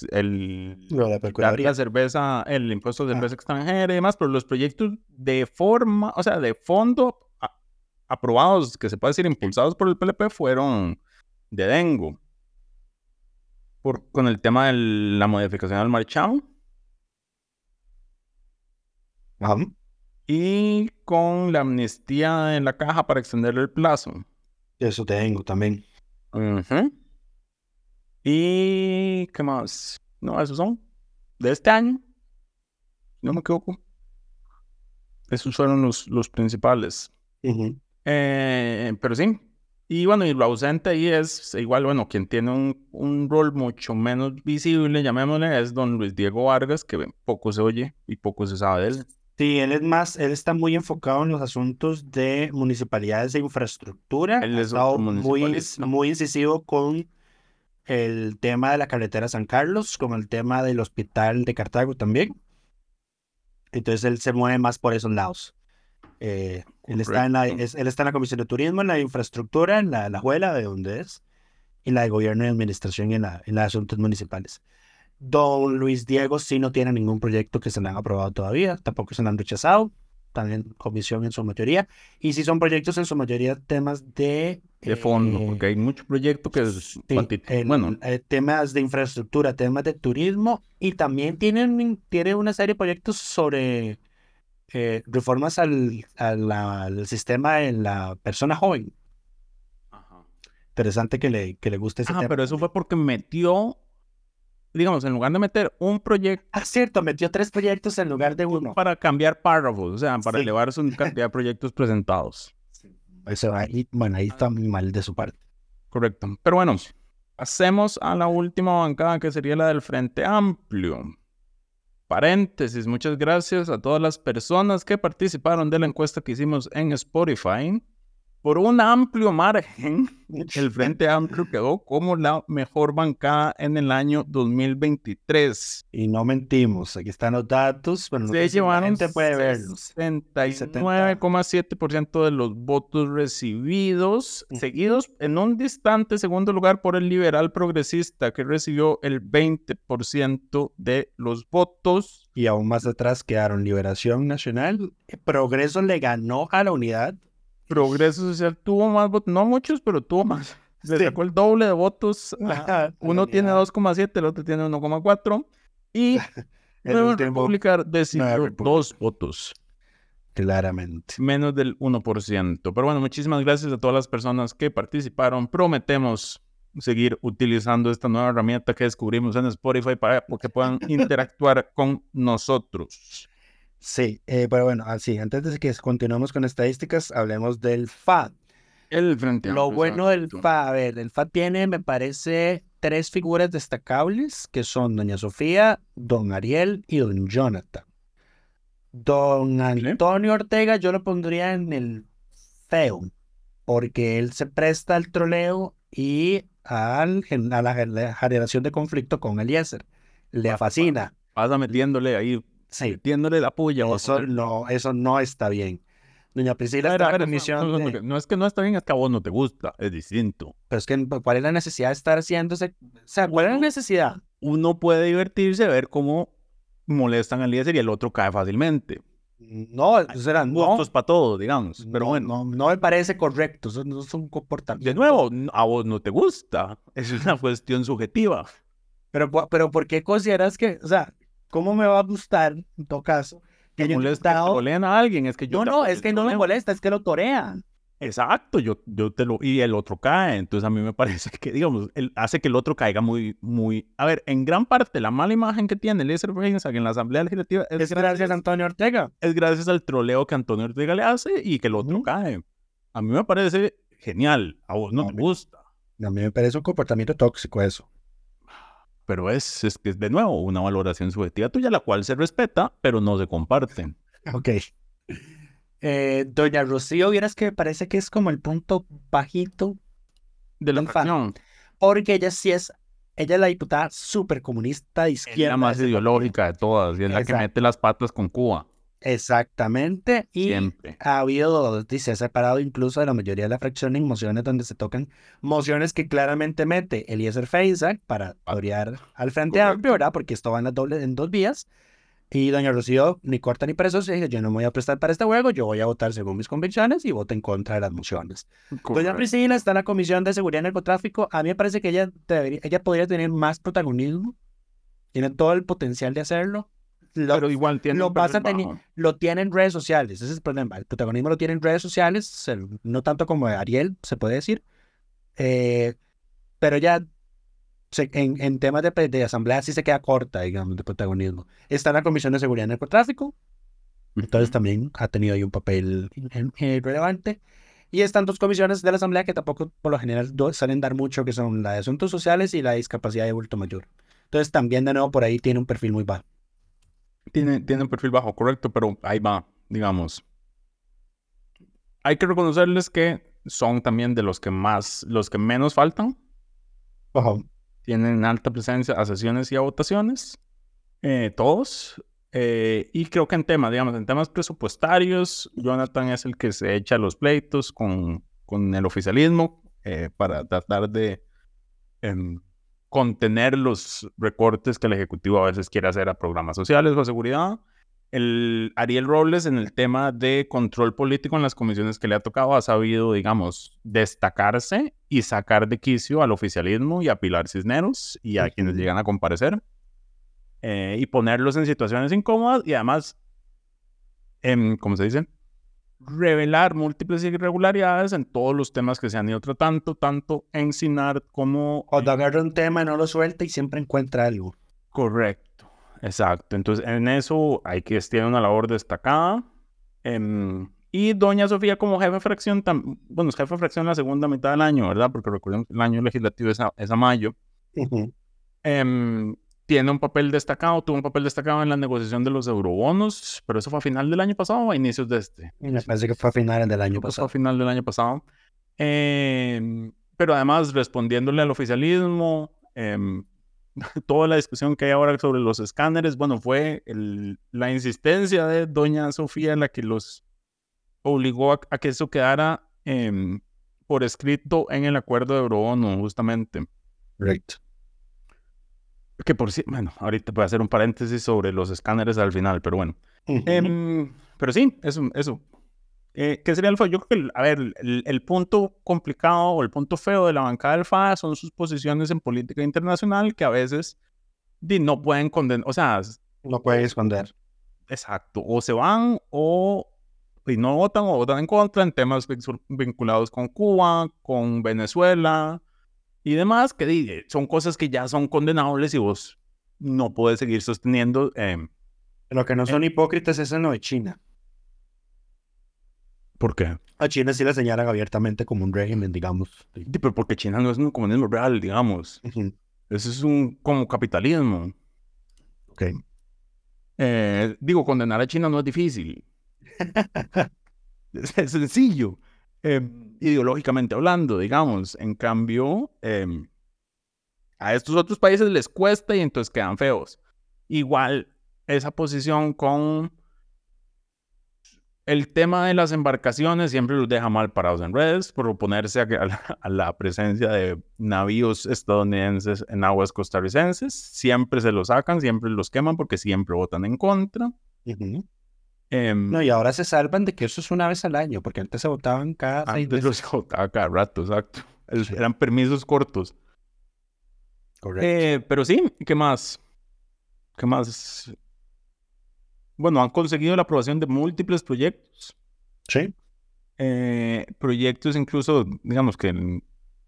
la cerveza, el impuesto de cerveza extranjera y demás, pero los proyectos de forma, o sea, de fondo aprobados, que se puede decir impulsados por el PLP, fueron de Dengo. Con el tema de la modificación del marchamo. Y con la amnistía en la caja para extenderle el plazo. Eso tengo también. ¿Y qué más? No, esos son de este año. No me equivoco. Esos fueron los principales. Pero sí. Y bueno, y lo ausente ahí es igual, bueno, quien tiene un rol mucho menos visible, llamémosle, es don Luis Diego Vargas, que poco se oye y poco se sabe de él. Sí, él está muy enfocado en los asuntos de municipalidades e infraestructura. Él es muy incisivo con el tema de la carretera San Carlos, con el tema del hospital de Cartago también. Entonces él se mueve más por esos lados. Él está en la Comisión de Turismo, en la infraestructura, en la juela de donde es, y la de Gobierno y Administración y en los asuntos municipales. Don Luis Diego sí no tiene ningún proyecto que se le han aprobado todavía, tampoco se le han rechazado, están en comisión en su mayoría, y sí son proyectos en su mayoría temas de fondo, porque hay mucho proyecto que es temas de infraestructura, temas de turismo, y también tiene una serie de proyectos sobre reformas al sistema de la persona joven. Interesante que le guste ese tema. Pero eso fue porque metió, digamos, en lugar de meter un proyecto... cierto, metió 3 proyectos en lugar de 1. Para cambiar párrafos, o sea, para elevar su cantidad de proyectos presentados. Eso, ahí está muy mal de su parte. Correcto. Pero bueno, pasemos a la última bancada, que sería la del Frente Amplio. Paréntesis, muchas gracias a todas las personas que participaron de la encuesta que hicimos en Spotify. Por un amplio margen, el Frente Amplio quedó como la mejor bancada en el año 2023. Y no mentimos, aquí están los datos. Bueno, se llevaron 69,7% de los votos recibidos, seguidos en un distante segundo lugar por el liberal progresista, que recibió el 20% de los votos. Y aún más atrás quedaron Liberación Nacional. Progreso le ganó a la Unidad. Progreso Social tuvo más votos, no muchos, pero tuvo más. Le sacó el doble de votos. Uno tiene 2,7, el otro tiene 1,4. Y Nueva República decidió 2 votos. Claramente. Menos del 1%. Pero bueno, muchísimas gracias a todas las personas que participaron. Prometemos seguir utilizando esta nueva herramienta que descubrimos en Spotify para que puedan interactuar con nosotros. Sí, pero bueno, así, antes de que continuemos con estadísticas, hablemos del FA. El Frente Amplio. Lo bueno del FA, a ver, el FA tiene, me parece, 3 figuras destacables, que son doña Sofía, don Ariel y don Jonathan. Don Antonio Ortega yo lo pondría en el feo, porque él se presta al troleo y a la generación de conflicto con Eliezer. Le fascina. Pasa metiéndole ahí. Sí. Metiéndole la puya. Eso no está bien. Doña Priscila está en la comisión no es que no está bien, es que a vos no te gusta, es distinto. Pero es que, ¿cuál es la necesidad de estar haciéndose? O sea, ¿cuál es la necesidad? Uno puede divertirse, ver cómo molestan al Eliezer y el otro cae fácilmente. No, eso eran gustos para todos, digamos. Pero bueno. No me parece correcto, eso no es un comportamiento. De nuevo, a vos no te gusta, es una cuestión subjetiva. Pero ¿por qué consideras que, o sea, cómo me va a gustar, en todo caso, que yo trolean a alguien? Es que yo es que no me molesta, es que lo torean. Exacto, yo y el otro cae. Entonces a mí me parece que, digamos, hace que el otro caiga muy, muy... A ver, en gran parte la mala imagen que tiene Eliezer Feinsack en la Asamblea Legislativa es gracias a Antonio Ortega. Es gracias al troleo que Antonio Ortega le hace y que el otro cae. A mí me parece genial. A vos no te gusta. A mí me parece un comportamiento tóxico eso. Pero es que es de nuevo una valoración subjetiva tuya, la cual se respeta, pero no se comparte. Ok. Doña Rocío, vieras que me parece que es como el punto bajito de la del fracción. porque ella es la diputada súper comunista de Es izquierda. la más ideológica de todas y es la que mete las patas con Cuba. Exactamente, y Siempre. ha habido, se ha separado incluso de la mayoría de la fracción en mociones donde se tocan mociones que claramente mete Eliezer Feinsack para torear al Frente Amplio, ¿verdad? Porque esto va en dos vías, y doña Rocío, ni corta ni perezosa, dice, yo no me voy a prestar para este juego, yo voy a votar según mis convicciones y voto en contra de las mociones. Doña Priscila está en la Comisión de Seguridad y Narcotráfico, a mí me parece que ella podría tener más protagonismo, tiene todo el potencial de hacerlo. Pero igual tiene lo tiene en redes sociales, ese es el problema. El protagonismo lo tiene en redes sociales, no tanto como Ariel, se puede decir. Pero ya en temas de asamblea sí se queda corta, digamos, de protagonismo. Está en la Comisión de Seguridad y Narcotráfico, entonces también ha tenido ahí un papel relevante. Y están dos comisiones de la asamblea que tampoco por lo general salen dar mucho, que son la de Asuntos Sociales y la de Discapacidad de Adulto Mayor. Entonces también de nuevo por ahí tiene un perfil muy bajo. Tiene un perfil bajo, correcto, pero ahí va, digamos. Hay que reconocerles que son también de los que menos faltan. Ajá. Tienen alta presencia a sesiones y a votaciones, todos. Y creo que en temas presupuestarios, Jonathan es el que se echa los pleitos con el oficialismo para tratar de contener los recortes que el Ejecutivo a veces quiere hacer a programas sociales o a seguridad. El Ariel Robles, en el tema de control político en las comisiones que le ha tocado, ha sabido, digamos, destacarse y sacar de quicio al oficialismo y a Pilar Cisneros y a quienes llegan a comparecer y ponerlos en situaciones incómodas y además, ¿cómo se dice? Revelar múltiples irregularidades en todos los temas que se han ido tratando, tanto en SINART como... Cuando agarra un tema no lo suelta y siempre encuentra algo. Correcto, exacto. Entonces, en eso tiene una labor destacada. Y doña Sofía como jefe de fracción, es jefe de fracción la segunda mitad del año, ¿verdad? Porque recordemos que el año legislativo es a mayo. Tuvo un papel destacado en la negociación de los eurobonos, pero eso fue a final del año pasado o a inicios de este. Me parece que fue a finales del año pasado. Fue a final del año pasado. Pero además respondiéndole al oficialismo, toda la discusión que hay ahora sobre los escáneres, fue la insistencia de doña Sofía la que los obligó a que eso quedara por escrito en el acuerdo de eurobono, justamente. Right. Que ahorita voy a hacer un paréntesis sobre los escáneres al final, pero bueno. Pero sí, eso. ¿Qué sería el FA? Yo creo que, el punto complicado o el punto feo de la bancada del FA son sus posiciones en política internacional que a veces no pueden condenar, o sea... No pueden esconder. Exacto. O se van y no votan o votan en contra en temas vinculados con Cuba, con Venezuela... y demás, que son cosas que ya son condenables y vos no puedes seguir sosteniendo. Lo que no son hipócritas es en lo de China. ¿Por qué? A China sí la señalan abiertamente como un régimen, digamos. Sí, pero porque China no es un comunismo real, digamos. Eso es como capitalismo. Ok. Condenar a China no es difícil. Es sencillo. Ideológicamente hablando, digamos. En cambio, a estos otros países les cuesta y entonces quedan feos. Igual, esa posición con el tema de las embarcaciones siempre los deja mal parados en redes por oponerse a la presencia de navíos estadounidenses en aguas costarricenses. Siempre se los sacan, siempre los queman porque siempre votan en contra. Y ahora se salvan de que eso es una vez al año, porque antes se votaban cada 6 meses. Se votaba cada rato, exacto. Eran permisos cortos. Correcto. Pero sí, ¿qué más? Han conseguido la aprobación de múltiples proyectos. Sí. Proyectos incluso, digamos que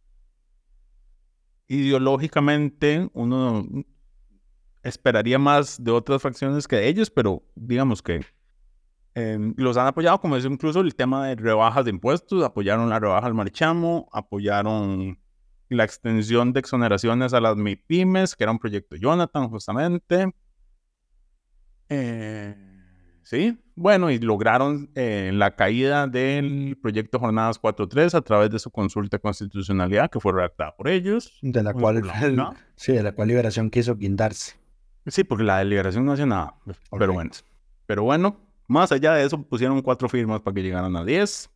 ideológicamente uno esperaría más de otras fracciones que de ellos, pero digamos que los han apoyado, como es incluso el tema de rebajas de impuestos, apoyaron la rebaja al marchamo, apoyaron la extensión de exoneraciones a las MIPYMES, que era un proyecto Jonathan justamente. Sí, Bueno, y lograron la caída del proyecto Jornadas 4.3 a través de su consulta de constitucionalidad, que fue redactada por ellos. De la cual, de la cual Liberación quiso guindarse. Sí, porque la de Liberación no hacía nada. Pero bueno, más allá de eso, pusieron 4 firmas para que llegaran a 10.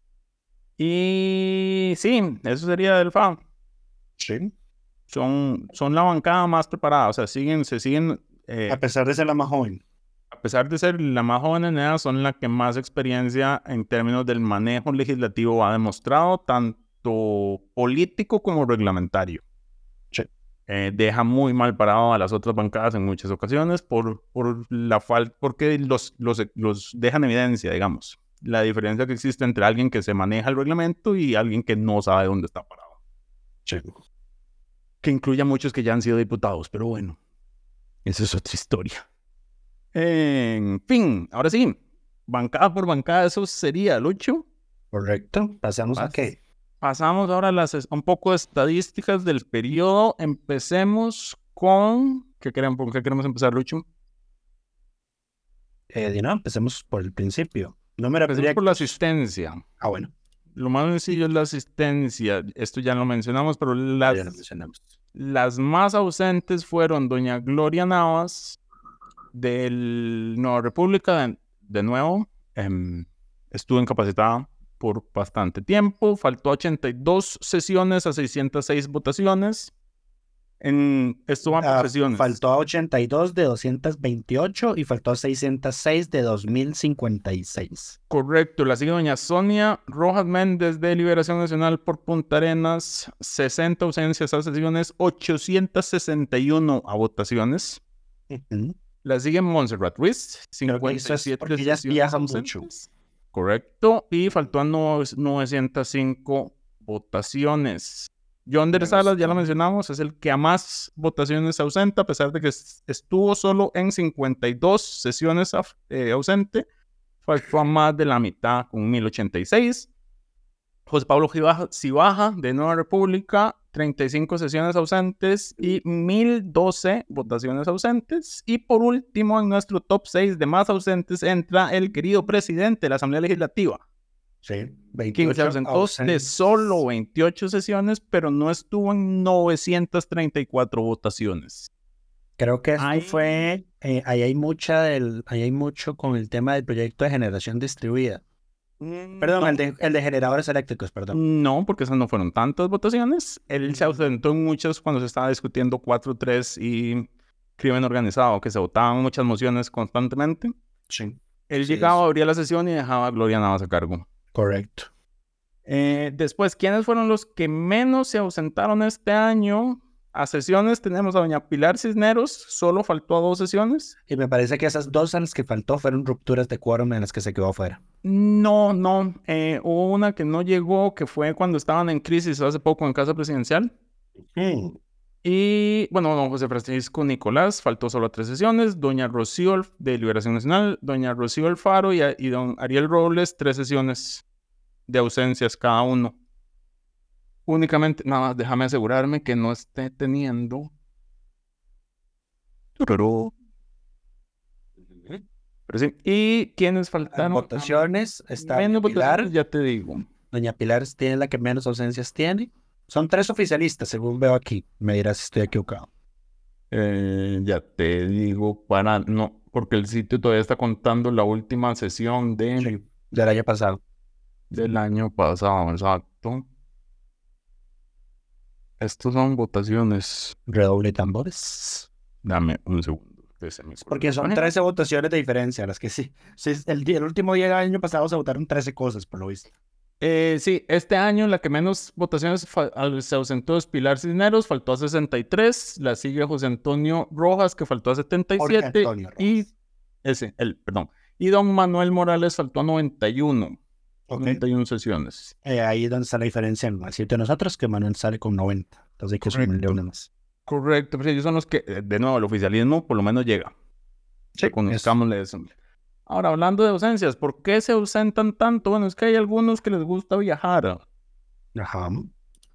Y sí, eso sería del FA. Sí. Son la bancada más preparada, o sea, se siguen... a pesar de ser la más joven. A pesar de ser la más joven en edad, son la que más experiencia en términos del manejo legislativo ha demostrado, tanto político como reglamentario. Sí. Deja muy mal parado a las otras bancadas en muchas ocasiones por la falta, porque los dejan en evidencia, digamos, la diferencia que existe entre alguien que se maneja el reglamento y alguien que no sabe dónde está parado. Sí. Que incluye a muchos que ya han sido diputados, pero bueno, esa es otra historia. En fin, ahora sí, bancada por bancada, eso sería, Lucho. Correcto. ¿Pasamos a qué? Pasamos ahora a un poco de estadísticas del periodo. Empecemos con... ¿Por qué queremos empezar, Lucho? Empecemos por el principio. Empecemos por la asistencia. Ah, bueno. Lo más sencillo es la asistencia. Esto ya lo mencionamos, pero las más ausentes fueron doña Gloria Navas, del Nueva República, de nuevo. Estuvo incapacitada por bastante tiempo. Faltó 82 sesiones a 606 votaciones. Esto va por sesiones. Faltó a 82 de 228 y faltó a 606 de 2056. Correcto. La sigue doña Sonia Rojas Méndez de Liberación Nacional por Punta Arenas. 60 ausencias a sesiones, 861 a votaciones. La sigue Montserrat Ruiz, 57 porque ellas viajan mucho. Correcto. Y faltó a 905 votaciones. Yonder Salas, ya lo mencionamos, es el que a más votaciones ausenta, a pesar de que estuvo solo en 52 sesiones ausente. Faltó a más de la mitad, con 1086. José Pablo Cibaja, de Nueva República, 35 sesiones ausentes y 1012 votaciones ausentes. Y por último, en nuestro top 6 de más ausentes entra el querido presidente de la Asamblea Legislativa. Sí, 28 se ausentó de solo 28 sesiones, pero no estuvo en 934 votaciones. Creo que esto fue... ahí hay mucho con el tema del proyecto de generación distribuida. Perdón, no. el de generadores eléctricos, perdón. No, porque esas no fueron tantas votaciones. Él se ausentó en muchas cuando se estaba discutiendo 4.3 y crimen organizado, que se votaban muchas mociones constantemente. Sí. Él llegaba, abría la sesión y dejaba a Gloria Navas a cargo. Correcto. Después, ¿quiénes fueron los que menos se ausentaron este año? A sesiones tenemos a doña Pilar Cisneros, solo faltó a 2 sesiones. Y me parece que esas 2 a las que faltó fueron rupturas de quórum en las que se quedó afuera. No. Hubo una que no llegó, que fue cuando estaban en crisis hace poco en Casa Presidencial. Y, bueno, don José Francisco Nicolás faltó solo a 3 sesiones. Doña Rocío de Liberación Nacional, doña Rocío Alfaro y don Ariel Robles, 3 sesiones de ausencias cada uno. Únicamente, nada más, déjame asegurarme que no esté teniendo. Pero sí. ¿Y quiénes faltaron? Votaciones. Está menos Pilar. Votaciones, ya te digo. Doña Pilar tiene la que menos ausencias tiene. Son 3 oficialistas, según veo aquí. Me dirás si estoy equivocado. Ya te digo, no, porque el sitio todavía está contando la última sesión del año pasado. Del año pasado, exacto. Estos son votaciones. Redoble de tambores. Dame un segundo. Porque son 13 votaciones de diferencia, las que sí. El último día del año pasado se votaron 13 cosas, por lo visto. Sí, este año la que menos votaciones se ausentó es Pilar Cisneros, faltó a 63. La sigue José Antonio Rojas, que faltó a 77. Y don Manuel Morales faltó a 91. 91 sesiones. Ahí es donde está la diferencia en el sitio de nosotros, que Manuel sale con 90. Entonces hay que sumarle una más. Correcto, pero ellos son los que, de nuevo, el oficialismo por lo menos llega. Sí, conozcámosle eso. Ahora, hablando de ausencias, ¿por qué se ausentan tanto? Bueno, es que hay algunos que les gusta viajar. Ajá.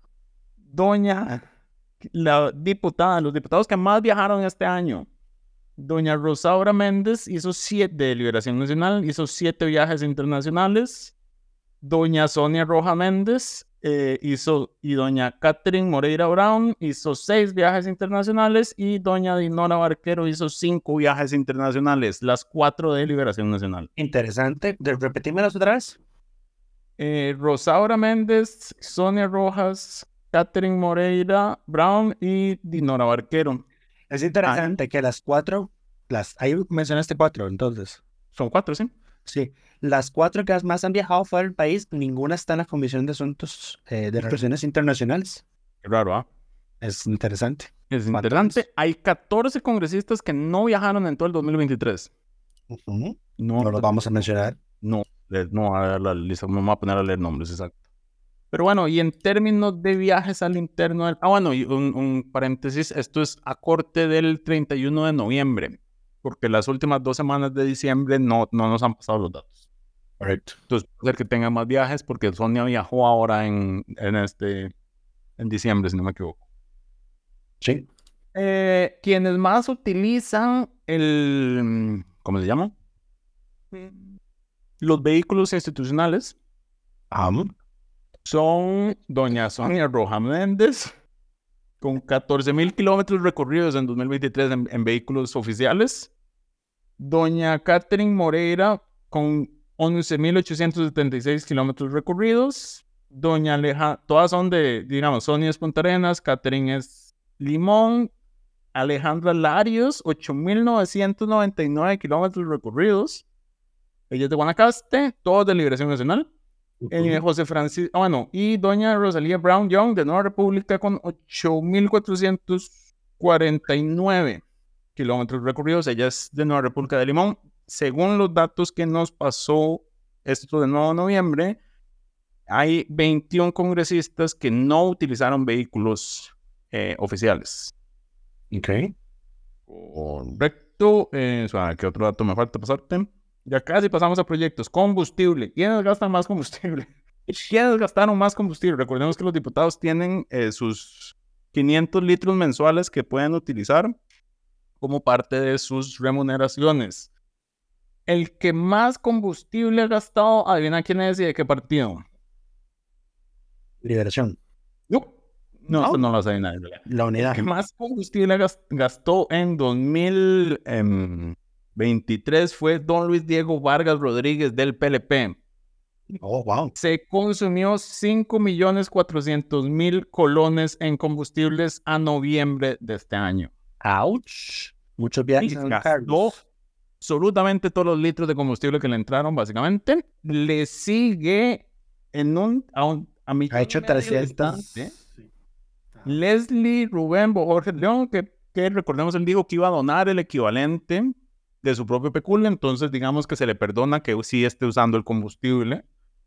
Doña, la diputada, los diputados que más viajaron este año. Doña Rosaura Méndez hizo 7 de Liberación Nacional, hizo 7 viajes internacionales. Doña Sonia Roja Méndez y doña Catherine Moreira Brown hizo 6 viajes internacionales y doña Dinora Barquero hizo 5 viajes internacionales, las 4 de Liberación Nacional. Interesante. Repetímelas otra vez. Rosaura Méndez, Sonia Rojas, Catherine Moreira Brown y Dinora Barquero. Es interesante que las 4, ahí mencionaste 4, entonces. Son 4, ¿sí? Sí. Las 4 que más han viajado fuera del país, ninguna está en la Comisión de Asuntos de Relaciones Internacionales. Qué raro, ¿ah? Es interesante. Es interesante. Hay 14 congresistas que no viajaron en todo el 2023. No los vamos a mencionar. No voy a dar la lista, me voy a poner a leer nombres, exacto. Pero bueno, y en términos de viajes al interno del... bueno, y un paréntesis, esto es a corte del 31 de noviembre, porque las últimas 2 semanas de diciembre no nos han pasado los datos. Correcto. Entonces, puede ser que tenga más viajes, porque Sonia viajó ahora en diciembre, si no me equivoco. Sí. Quienes más utilizan ¿cómo se llama? Los vehículos institucionales son doña Sonia Roja Méndez, con 14,000 kilómetros recorridos en 2023 en vehículos oficiales. Doña Catherine Moreira, con 11,876 kilómetros recorridos. Doña Alejandra, todas son de, digamos, Sonia es Punta Arenas, Catherine es Limón. Alejandra Larios, 8,999 kilómetros recorridos. Ella es de Guanacaste, todos de Liberación Nacional. José Francisco, y doña Rosalía Brown Young de Nueva República con 8,449 kilómetros recorridos. Ella es de Nueva República de Limón. Según los datos que nos pasó esto de 9 de noviembre, hay 21 congresistas que no utilizaron vehículos oficiales. Ok. Correcto. ¿Qué otro dato me falta pasarte? Ya casi pasamos a proyectos. Combustible. ¿Quiénes gastan más combustible? ¿Quiénes gastaron más combustible? Recordemos que los diputados tienen sus 500 litros mensuales que pueden utilizar como parte de sus remuneraciones. El que más combustible ha gastado, adivina quién es y de qué partido. Liberación. No, esto no lo sabe nadie. La unidad. El que más combustible gastó en 2023 fue don Luis Diego Vargas Rodríguez del PLP. Oh, wow. Se consumió 5,400,000 colones en combustibles a noviembre de este año. Ouch. Muchos viajes. Gastó absolutamente todos los litros de combustible que le entraron, básicamente. Le sigue ha hecho 300. Leslie Rubén Jorge León, que recordemos, él dijo que iba a donar el equivalente de su propio peculio, entonces digamos que se le perdona que sí esté usando el combustible.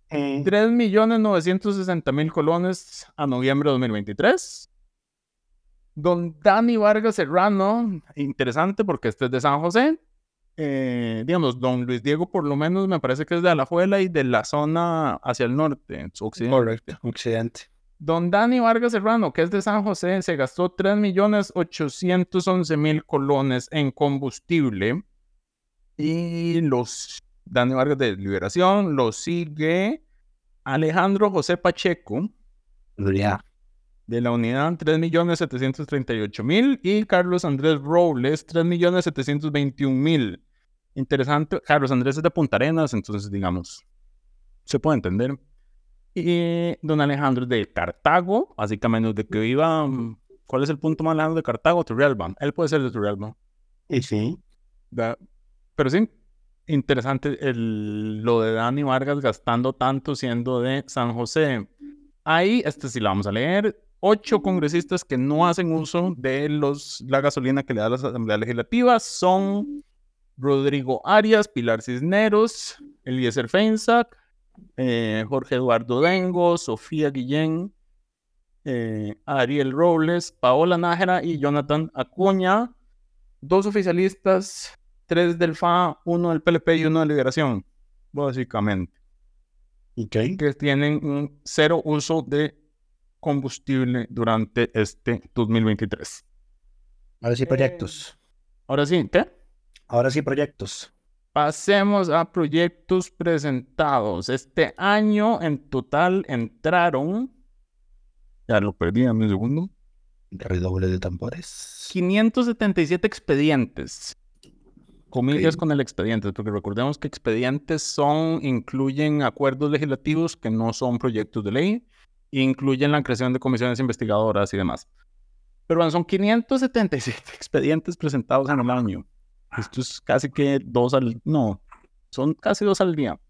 3,960,000 colones a noviembre de 2023. Don Dani Vargas Serrano, interesante porque este es de San José. Digamos, don Luis Diego por lo menos me parece que es de Alajuela y de la zona hacia el norte, occidente. Correcto, occidente. Don Dani Vargas Serrano, que es de San José, se gastó 3,811,000 colones en combustible. Y Dani Vargas de Liberación, lo sigue Alejandro José Pacheco, de la unidad, 3,738,000. Y Carlos Andrés Robles, 3,721,000. Interesante, Carlos Andrés es de Punta Arenas, entonces digamos, se puede entender. Y don Alejandro de Cartago, básicamente de que iba. ¿Cuál es el punto más lejano de Cartago? Turrialba. Él puede ser de Turrialba. Y sí. Pero sí, interesante lo de Dani Vargas gastando tanto siendo de San José. Ahí, sí la vamos a leer. 8 congresistas que no hacen uso de la gasolina que le da la Asamblea Legislativa son Rodrigo Arias, Pilar Cisneros, Eliezer Feinsack, Jorge Eduardo Dengo, Sofía Guillén, Ariel Robles, Paola Nájera y Jonathan Acuña. 2 oficialistas, 3 del FA, 1 del PLP y 1 de Liberación, básicamente. Okay. Que tienen un 0 uso de combustible durante este 2023. Ahora sí, proyectos. Ahora sí, ¿qué? Ahora sí, proyectos. Pasemos a proyectos presentados. Este año en total entraron, ya lo perdí, dame un segundo, Redoble de tambores. 577 expedientes. Comillas Ok. con el expediente, porque recordemos que expedientes incluyen acuerdos legislativos que no son proyectos de ley, e incluyen la creación de comisiones investigadoras y demás. Pero bueno, son 577 expedientes presentados en el año. Esto es casi que son casi 2 al día.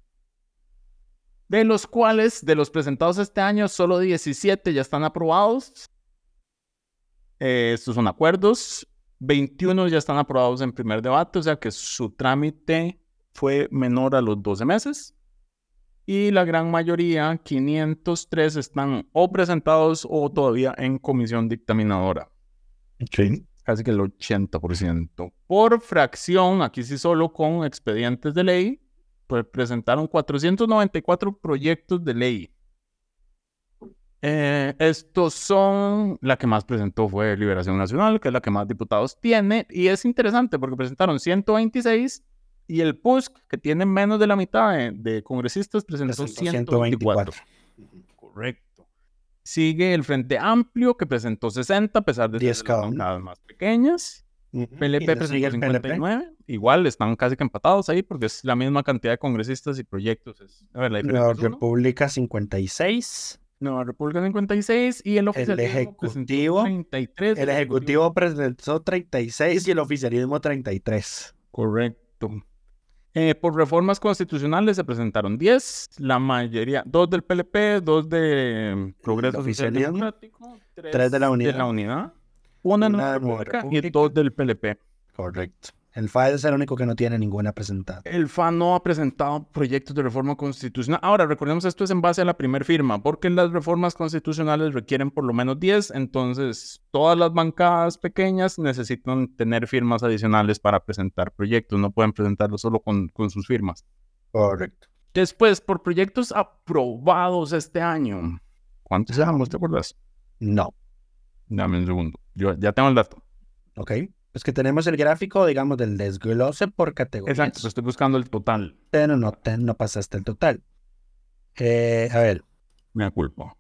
De los cuales, de los presentados este año, solo 17 ya están aprobados. Estos son acuerdos. 21 ya están aprobados en primer debate, o sea que su trámite fue menor a los 12 meses. Y la gran mayoría, 503, están o presentados o todavía en comisión dictaminadora. Ok. Casi que el 80%. Por fracción, aquí sí solo con expedientes de ley, pues presentaron 494 proyectos de ley. La que más presentó fue Liberación Nacional, que es la que más diputados tiene, y es interesante porque presentaron 126 y el PUSC, que tiene menos de la mitad de congresistas, presentó 124. Correcto. Sigue el Frente Amplio, que presentó 60, a pesar de 10 ser cada las uno. bancadas más pequeñas. PLP presentó 59. Igual están casi que empatados ahí porque es la misma cantidad de congresistas y proyectos. A ver, la diferencia Nueva es uno. República 56. Nueva República 56 y el oficialismo Ejecutivo, 33. El Ejecutivo presentó 36 y el oficialismo 33. Correcto. Por reformas constitucionales se presentaron 10, la mayoría, 2 del PLP, 2 de Progreso Social oficialismo, Democrático, 3 de la Unidad, una de Nueva Nueva República y República. 2 del PLP. Correcto. El FAE es el único que no tiene ninguna presentada. El FA no ha presentado proyectos de reforma constitucional. Ahora, recordemos, esto es en base a la primera firma, porque las reformas constitucionales requieren por lo menos 10, entonces todas las bancadas pequeñas necesitan tener firmas adicionales para presentar proyectos, no pueden presentarlos solo con sus firmas. Correcto. Después, por proyectos aprobados este año, ¿cuántos llevamos? ¿Te acuerdas? No. Dame un segundo, yo ya tengo el dato. Ok. Es que tenemos el gráfico, digamos, del desglose por categorías. Exacto, pero estoy buscando el total. Pero no pasaste el total. A ver. Me da culpa.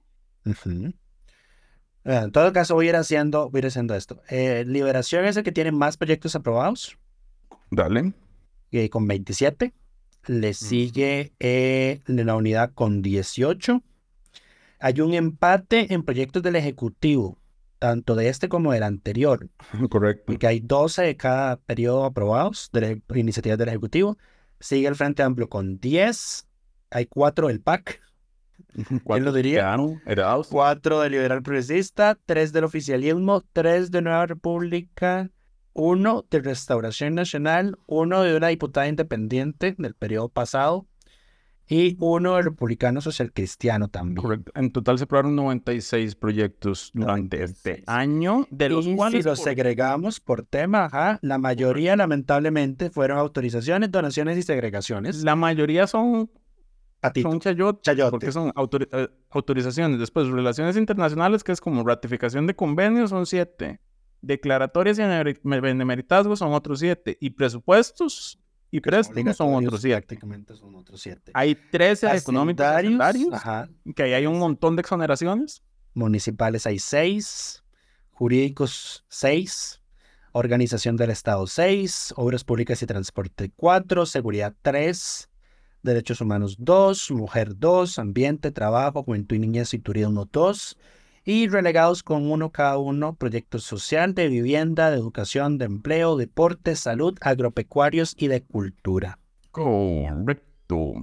En todo caso, voy a ir haciendo esto. Liberación es el que tiene más proyectos aprobados, Dale. con 27. Le sigue la Unidad con 18. Hay un empate en proyectos del Ejecutivo, tanto de este como del anterior. Correcto. Porque hay 12 de cada periodo aprobados de iniciativas del Ejecutivo. Sigue el Frente Amplio con 10. Hay 4 del PAC. ¿Quién lo diría? 4 del Liberal Progresista, 3 del Oficialismo, 3 de Nueva República, 1 de Restauración Nacional, 1 de una diputada independiente del periodo pasado y 1 del Republicano Social Cristiano también. Correcto. En total se aprobaron 96 proyectos durante este año, de los cuales... Si los segregamos por tema, la mayoría lamentablemente fueron autorizaciones, donaciones y segregaciones. La mayoría son chayote, porque son autorizaciones. Después, relaciones internacionales, que es como ratificación de convenios, son 7. Declaratorias y benemeritazgos son otros 7. Y presupuestos y préstamos son otros 7. Prácticamente son otros 7. Hay 13 económicos hacendarios, que ahí hay un montón de exoneraciones. Municipales hay 6, jurídicos 6, organización del Estado 6, obras públicas y transporte 4, seguridad 3, derechos humanos 2, mujer 2, ambiente, trabajo, juventud y niñez y turismo 2, y relegados con 1 cada uno, proyectos social, de vivienda, de educación, de empleo, deporte, salud, agropecuarios y de cultura. Correcto.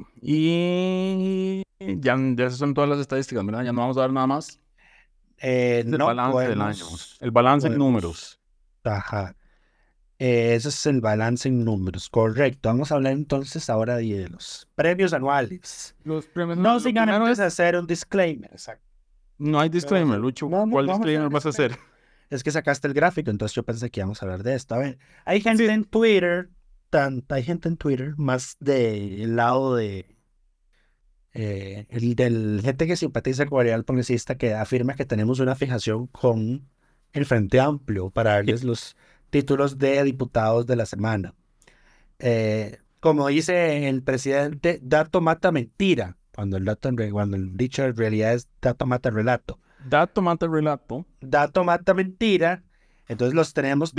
Y ya esas son todas las estadísticas, ¿verdad? Ya no vamos a ver nada más. El balance del año. El balance en números. Ajá. Ese es el balance en números, correcto. Vamos a hablar entonces ahora de los premios anuales. Los premios no sigan antes de hacer un disclaimer. Exacto. No hay disclaimer, Lucho. ¿Cuál disclaimer vas a hacer? Es que sacaste el gráfico, entonces yo pensé que íbamos a hablar de esto. A ver, hay gente en Twitter, más del lado de del gente que simpatiza con el progresista, que afirma que tenemos una fijación con el Frente Amplio para darles los títulos de diputados de la semana. como dice el presidente, dato mata mentira, cuando cuando el dicho en realidad es dato mata relato. Dato mata relato. Dato mata mentira, entonces los tenemos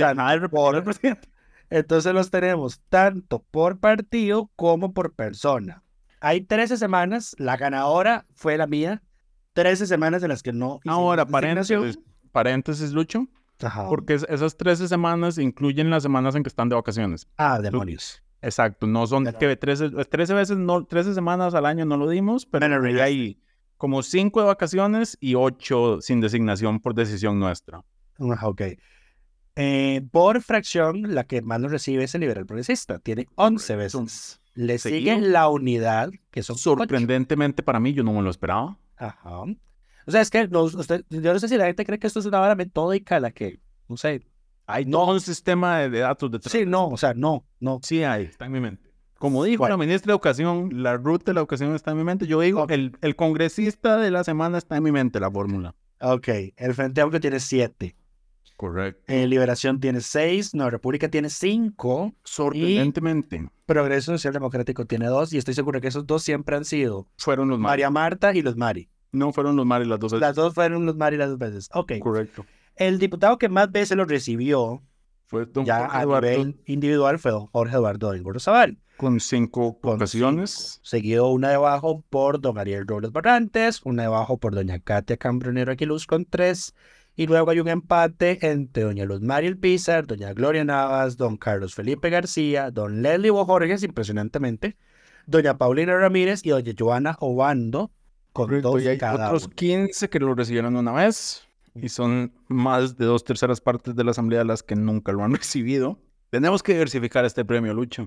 entonces los tenemos tanto por partido como por persona. Hay 13 semanas, la ganadora fue la mía, 13 semanas en las que no hicimos Ahora, designación. paréntesis, Lucho, Ajá. porque esas 13 semanas incluyen las semanas en que están de vacaciones. Ah, demonios. Exacto, no son que 13 veces, no, 13 semanas al año no lo dimos, pero hay como 5 de vacaciones y 8 sin designación por decisión nuestra. Ok. Por fracción, la que más nos recibe es el Liberal Progresista, tiene 11 veces. Le sigue la unidad, que son sorprendentemente 8. Para mí, yo no me lo esperaba. Ajá. O sea, es que yo no sé si la gente cree que esto es una vara metódica, la que, no sé, hay todo un sistema de datos detrás. Sí, no, o sea, no. Sí hay, está en mi mente. Como dijo la ministra de Educación, la ruta de la educación está en mi mente. Yo digo, el congresista de la semana está en mi mente, la fórmula. Ok, el Frente Amplio tiene 7. Correcto. Liberación tiene 6, Nueva República tiene 5. Sorprendentemente. Progreso Social Democrático tiene 2, y estoy seguro que esos 2 siempre han sido fueron los María Marta y los Mari. No fueron los Mari las 2 veces. Las 2 fueron los Mari las 2 veces. Ok. Correcto. El diputado que más veces lo recibió fue don ya a nivel individual fue don Jorge Eduardo del Gorozabal. Con 5 ocasiones. Seguido una debajo por don Ariel Robles Barrantes, una debajo por doña Katia Cambronero Aguiluz con 3, y luego hay un empate entre doña Luz Mariel Pizar, doña Gloria Navas, don Carlos Felipe García, don Leslie Bojorges, impresionantemente, doña Paulina Ramírez y doña Joana Obando, con 2 y hay cada otros uno. 15 que lo recibieron una vez, y son más de 2/3 partes de la asamblea las que nunca lo han recibido. Tenemos que diversificar este premio, Lucho.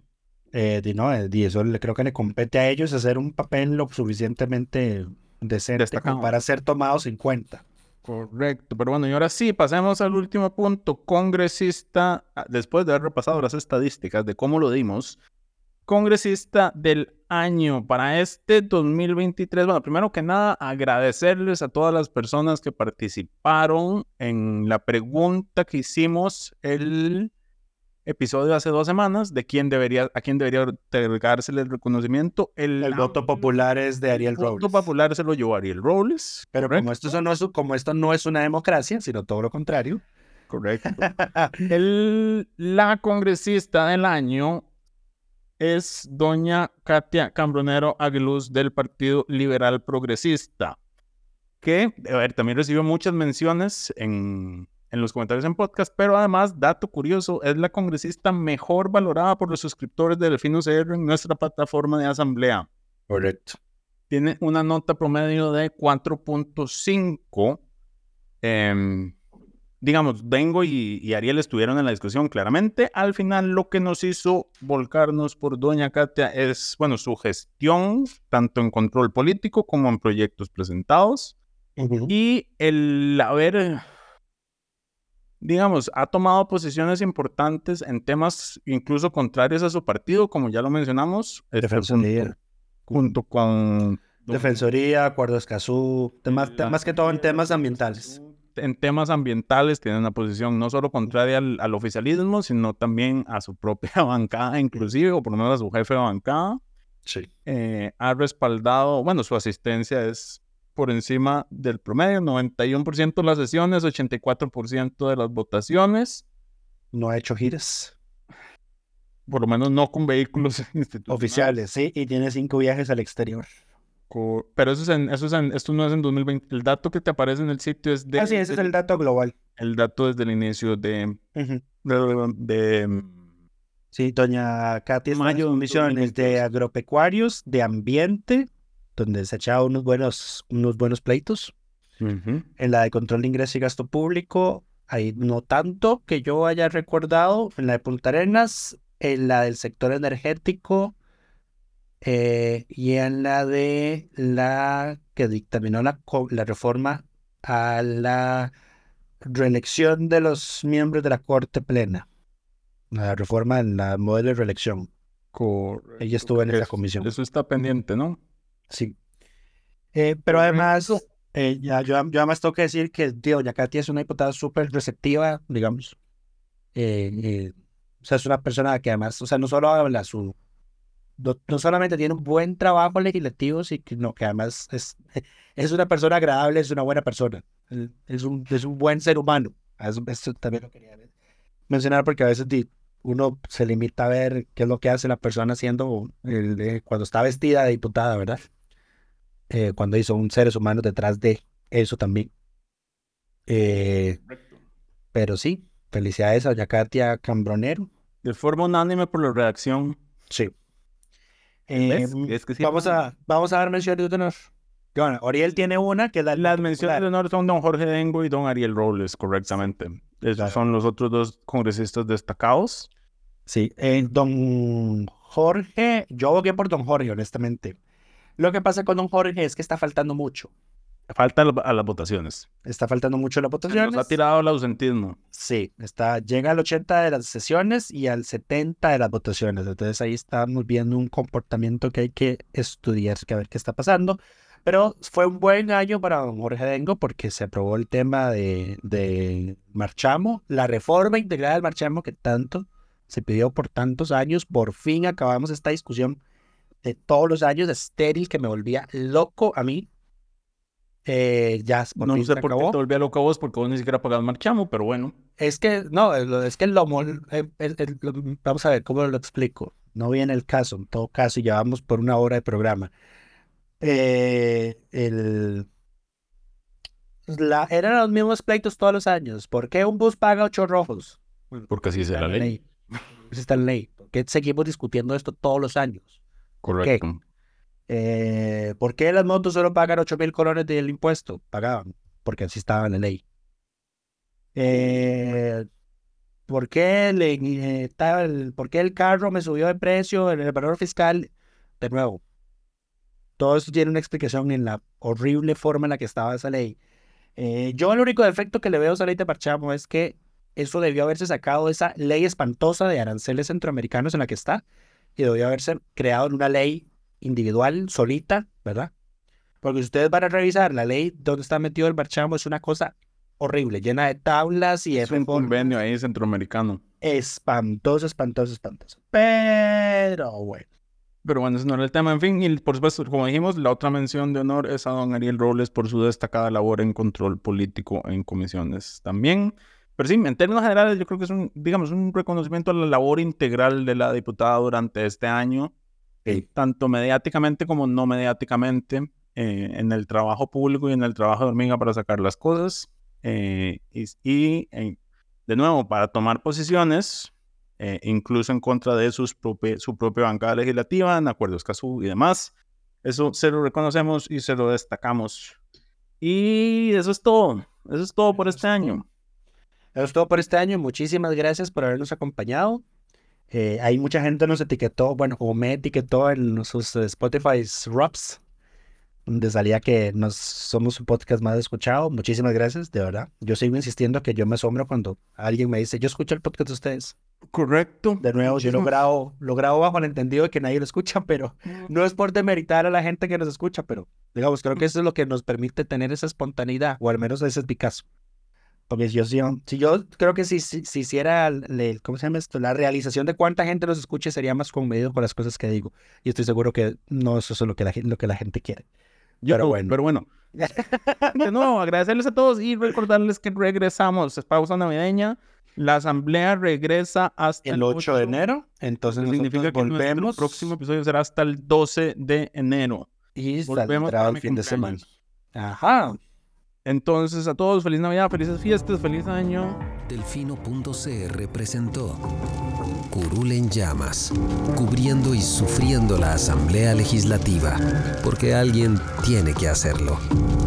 Eso creo que le compete a ellos hacer un papel lo suficientemente decente como para ser tomados en cuenta. Correcto, pero bueno, y ahora sí, pasemos al último punto. Congresista, después de haber repasado las estadísticas de cómo lo dimos, congresista del año para este 2023. Bueno, primero que nada, agradecerles a todas las personas que participaron en la pregunta que hicimos el episodio hace 2 semanas de a quién debería otorgársele el reconocimiento. El voto popular es de Ariel Robles. El voto popular se lo llevó Ariel Robles. Pero como esto no es una democracia, sino todo lo contrario. Correcto. La congresista del año es doña Katia Cambronero Aguiluz del Partido Liberal Progresista, que, también recibió muchas menciones en los comentarios en podcast, pero además, dato curioso, es la congresista mejor valorada por los suscriptores de Delfino CR en nuestra plataforma de asamblea. Correcto. Tiene una nota promedio de 4.5. Digamos, Dengo y Ariel estuvieron en la discusión claramente. Al final, lo que nos hizo volcarnos por doña Katia es, bueno, su gestión, tanto en control político como en proyectos presentados. Y el haber, digamos, ha tomado posiciones importantes en temas incluso contrarios a su partido, como ya lo mencionamos. Defensoría. Junto con... Defensoría, Acuerdo Escazú, más que todo en temas ambientales. En temas ambientales tiene una posición no solo contraria al oficialismo, sino también a su propia bancada, inclusive, o por lo menos a su jefe de bancada. Sí. Ha respaldado, bueno, su asistencia es por encima del promedio, 91% de las sesiones, 84% de las votaciones. No ha hecho giras. Por lo menos no con vehículos oficiales, sí, y tiene 5 viajes al exterior. Pero esto no es en 2020. El dato que te aparece en el sitio es de... sí, ese es el dato global. El dato desde el inicio de... Sí, doña Katia está en comisiones de agropecuarios, de ambiente, donde se ha echado unos buenos pleitos. En la de control de ingreso y gasto público, ahí no tanto que yo haya recordado. En la de Punta Arenas, en la del sector energético, y en la de la que dictaminó la reforma a la reelección de los miembros de la Corte Plena. La reforma en la modelo de reelección. Correcto. Ella estuvo en esa comisión. Eso está pendiente, ¿no? Sí. Pero además, yo además tengo que decir que doña Katia es una diputada súper receptiva, digamos. sea, es una persona que además, o sea, no solo habla no solamente tiene un buen trabajo legislativo, sino que además es una persona agradable, es una buena persona. Es un buen ser humano. Eso también lo quería mencionar porque a veces uno se limita a ver qué es lo que hace la persona haciendo cuando está vestida de diputada, ¿verdad? Cuando son seres humanos detrás de eso también. Pero sí, felicidades a doña Katia Cambronero. De forma unánime por la redacción. Sí. Es que sí, vamos a dar menciones de honor. Bueno, Oriel tiene una que las menciones de honor son don Jorge Dengo y don Ariel Robles, correctamente. Esos son los otros dos congresistas destacados. Sí, don Jorge, yo abogué por don Jorge, honestamente. Lo que pasa con don Jorge es que está faltando mucho. Falta a las votaciones. Está faltando mucho a las votaciones. Nos ha tirado el ausentismo. Sí, llega al 80 de las sesiones y al 70 de las votaciones. Entonces ahí estamos viendo un comportamiento que hay que estudiar, que a ver qué está pasando. Pero fue un buen año para don Jorge Dengo porque se aprobó el tema de Marchamo, la reforma integral del Marchamo que tanto se pidió por tantos años. Por fin acabamos esta discusión de todos los años estéril que me volvía loco a mí. Ya no sé por qué te volvía loco a vos, porque vos ni siquiera pagás Marchamo, pero bueno. Es que, no, es que vamos a ver cómo lo explico. No viene el caso, en todo caso, llevamos por 1 hora de programa. Eran los mismos pleitos todos los años. ¿Por qué un bus paga 8 rojos? Bueno, porque así es la ley. Así está la ley. ¿Por qué seguimos discutiendo esto todos los años? Correcto. ¿Por qué las motos solo pagan 8,000 colones del impuesto? Pagaban, porque así estaba en la ley. ¿Por qué el carro me subió de precio en el valor fiscal? De nuevo, todo esto tiene una explicación en la horrible forma en la que estaba esa ley. Yo el único defecto que le veo a esa ley de Marchamo es que eso debió haberse sacado de esa ley espantosa de aranceles centroamericanos en la que está y debió haberse creado en una ley individual, solita, ¿verdad? Porque si ustedes van a revisar la ley donde está metido el Marchamo, es una cosa horrible, llena de tablas y es un convenio ahí centroamericano. Espantoso. Pero bueno, ese no era el tema. En fin, y por supuesto, como dijimos, la otra mención de honor es a don Ariel Robles por su destacada labor en control político en comisiones también. Pero sí, en términos generales, yo creo que es un reconocimiento a la labor integral de la diputada durante este año, tanto mediáticamente como no mediáticamente, en el trabajo público y en el trabajo de hormiga para sacar las cosas. De nuevo, para tomar posiciones, incluso en contra de su propia bancada legislativa, en acuerdos Escazú y demás. Eso se lo reconocemos y se lo destacamos. Y eso es todo. Eso es todo por este año. Eso es todo por este año. Muchísimas gracias por habernos acompañado. Hay mucha gente nos etiquetó, bueno, o me etiquetó en sus Spotify Wraps, donde salía que somos su podcast más escuchado. Muchísimas gracias, de verdad. Yo sigo insistiendo que yo me asombro cuando alguien me dice, yo escucho el podcast de ustedes. Correcto. De nuevo, yo lo grabo bajo el entendido de que nadie lo escucha, pero no es por demeritar a la gente que nos escucha, pero digamos, creo que eso es lo que nos permite tener esa espontaneidad, o al menos ese es mi caso. Porque yo creo que si hiciera, ¿cómo se llama esto? La realización de cuánta gente nos escuche sería más conmedido con las cosas que digo. Y estoy seguro que no eso es lo que la gente quiere. Pero bueno. De nuevo, agradecerles a todos y recordarles que regresamos. Es pausa navideña. La asamblea regresa hasta el 8 de enero. Entonces significa que nuestro próximo episodio será hasta el 12 de enero. Y volvemos para el fin de semana. Ajá. Entonces, a todos, feliz Navidad, felices fiestas, feliz año. Delfino.cr presentó Curul en Llamas, cubriendo y sufriendo la Asamblea Legislativa, porque alguien tiene que hacerlo.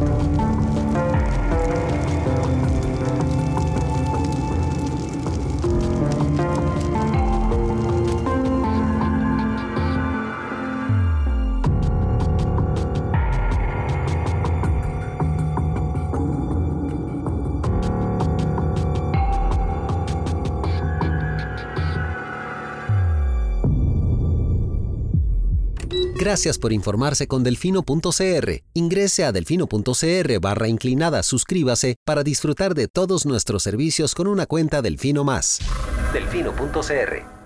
Gracias por informarse con Delfino.cr. Ingrese a Delfino.cr/inclinada, suscríbase para disfrutar de todos nuestros servicios con una cuenta Delfino Más. Delfino.cr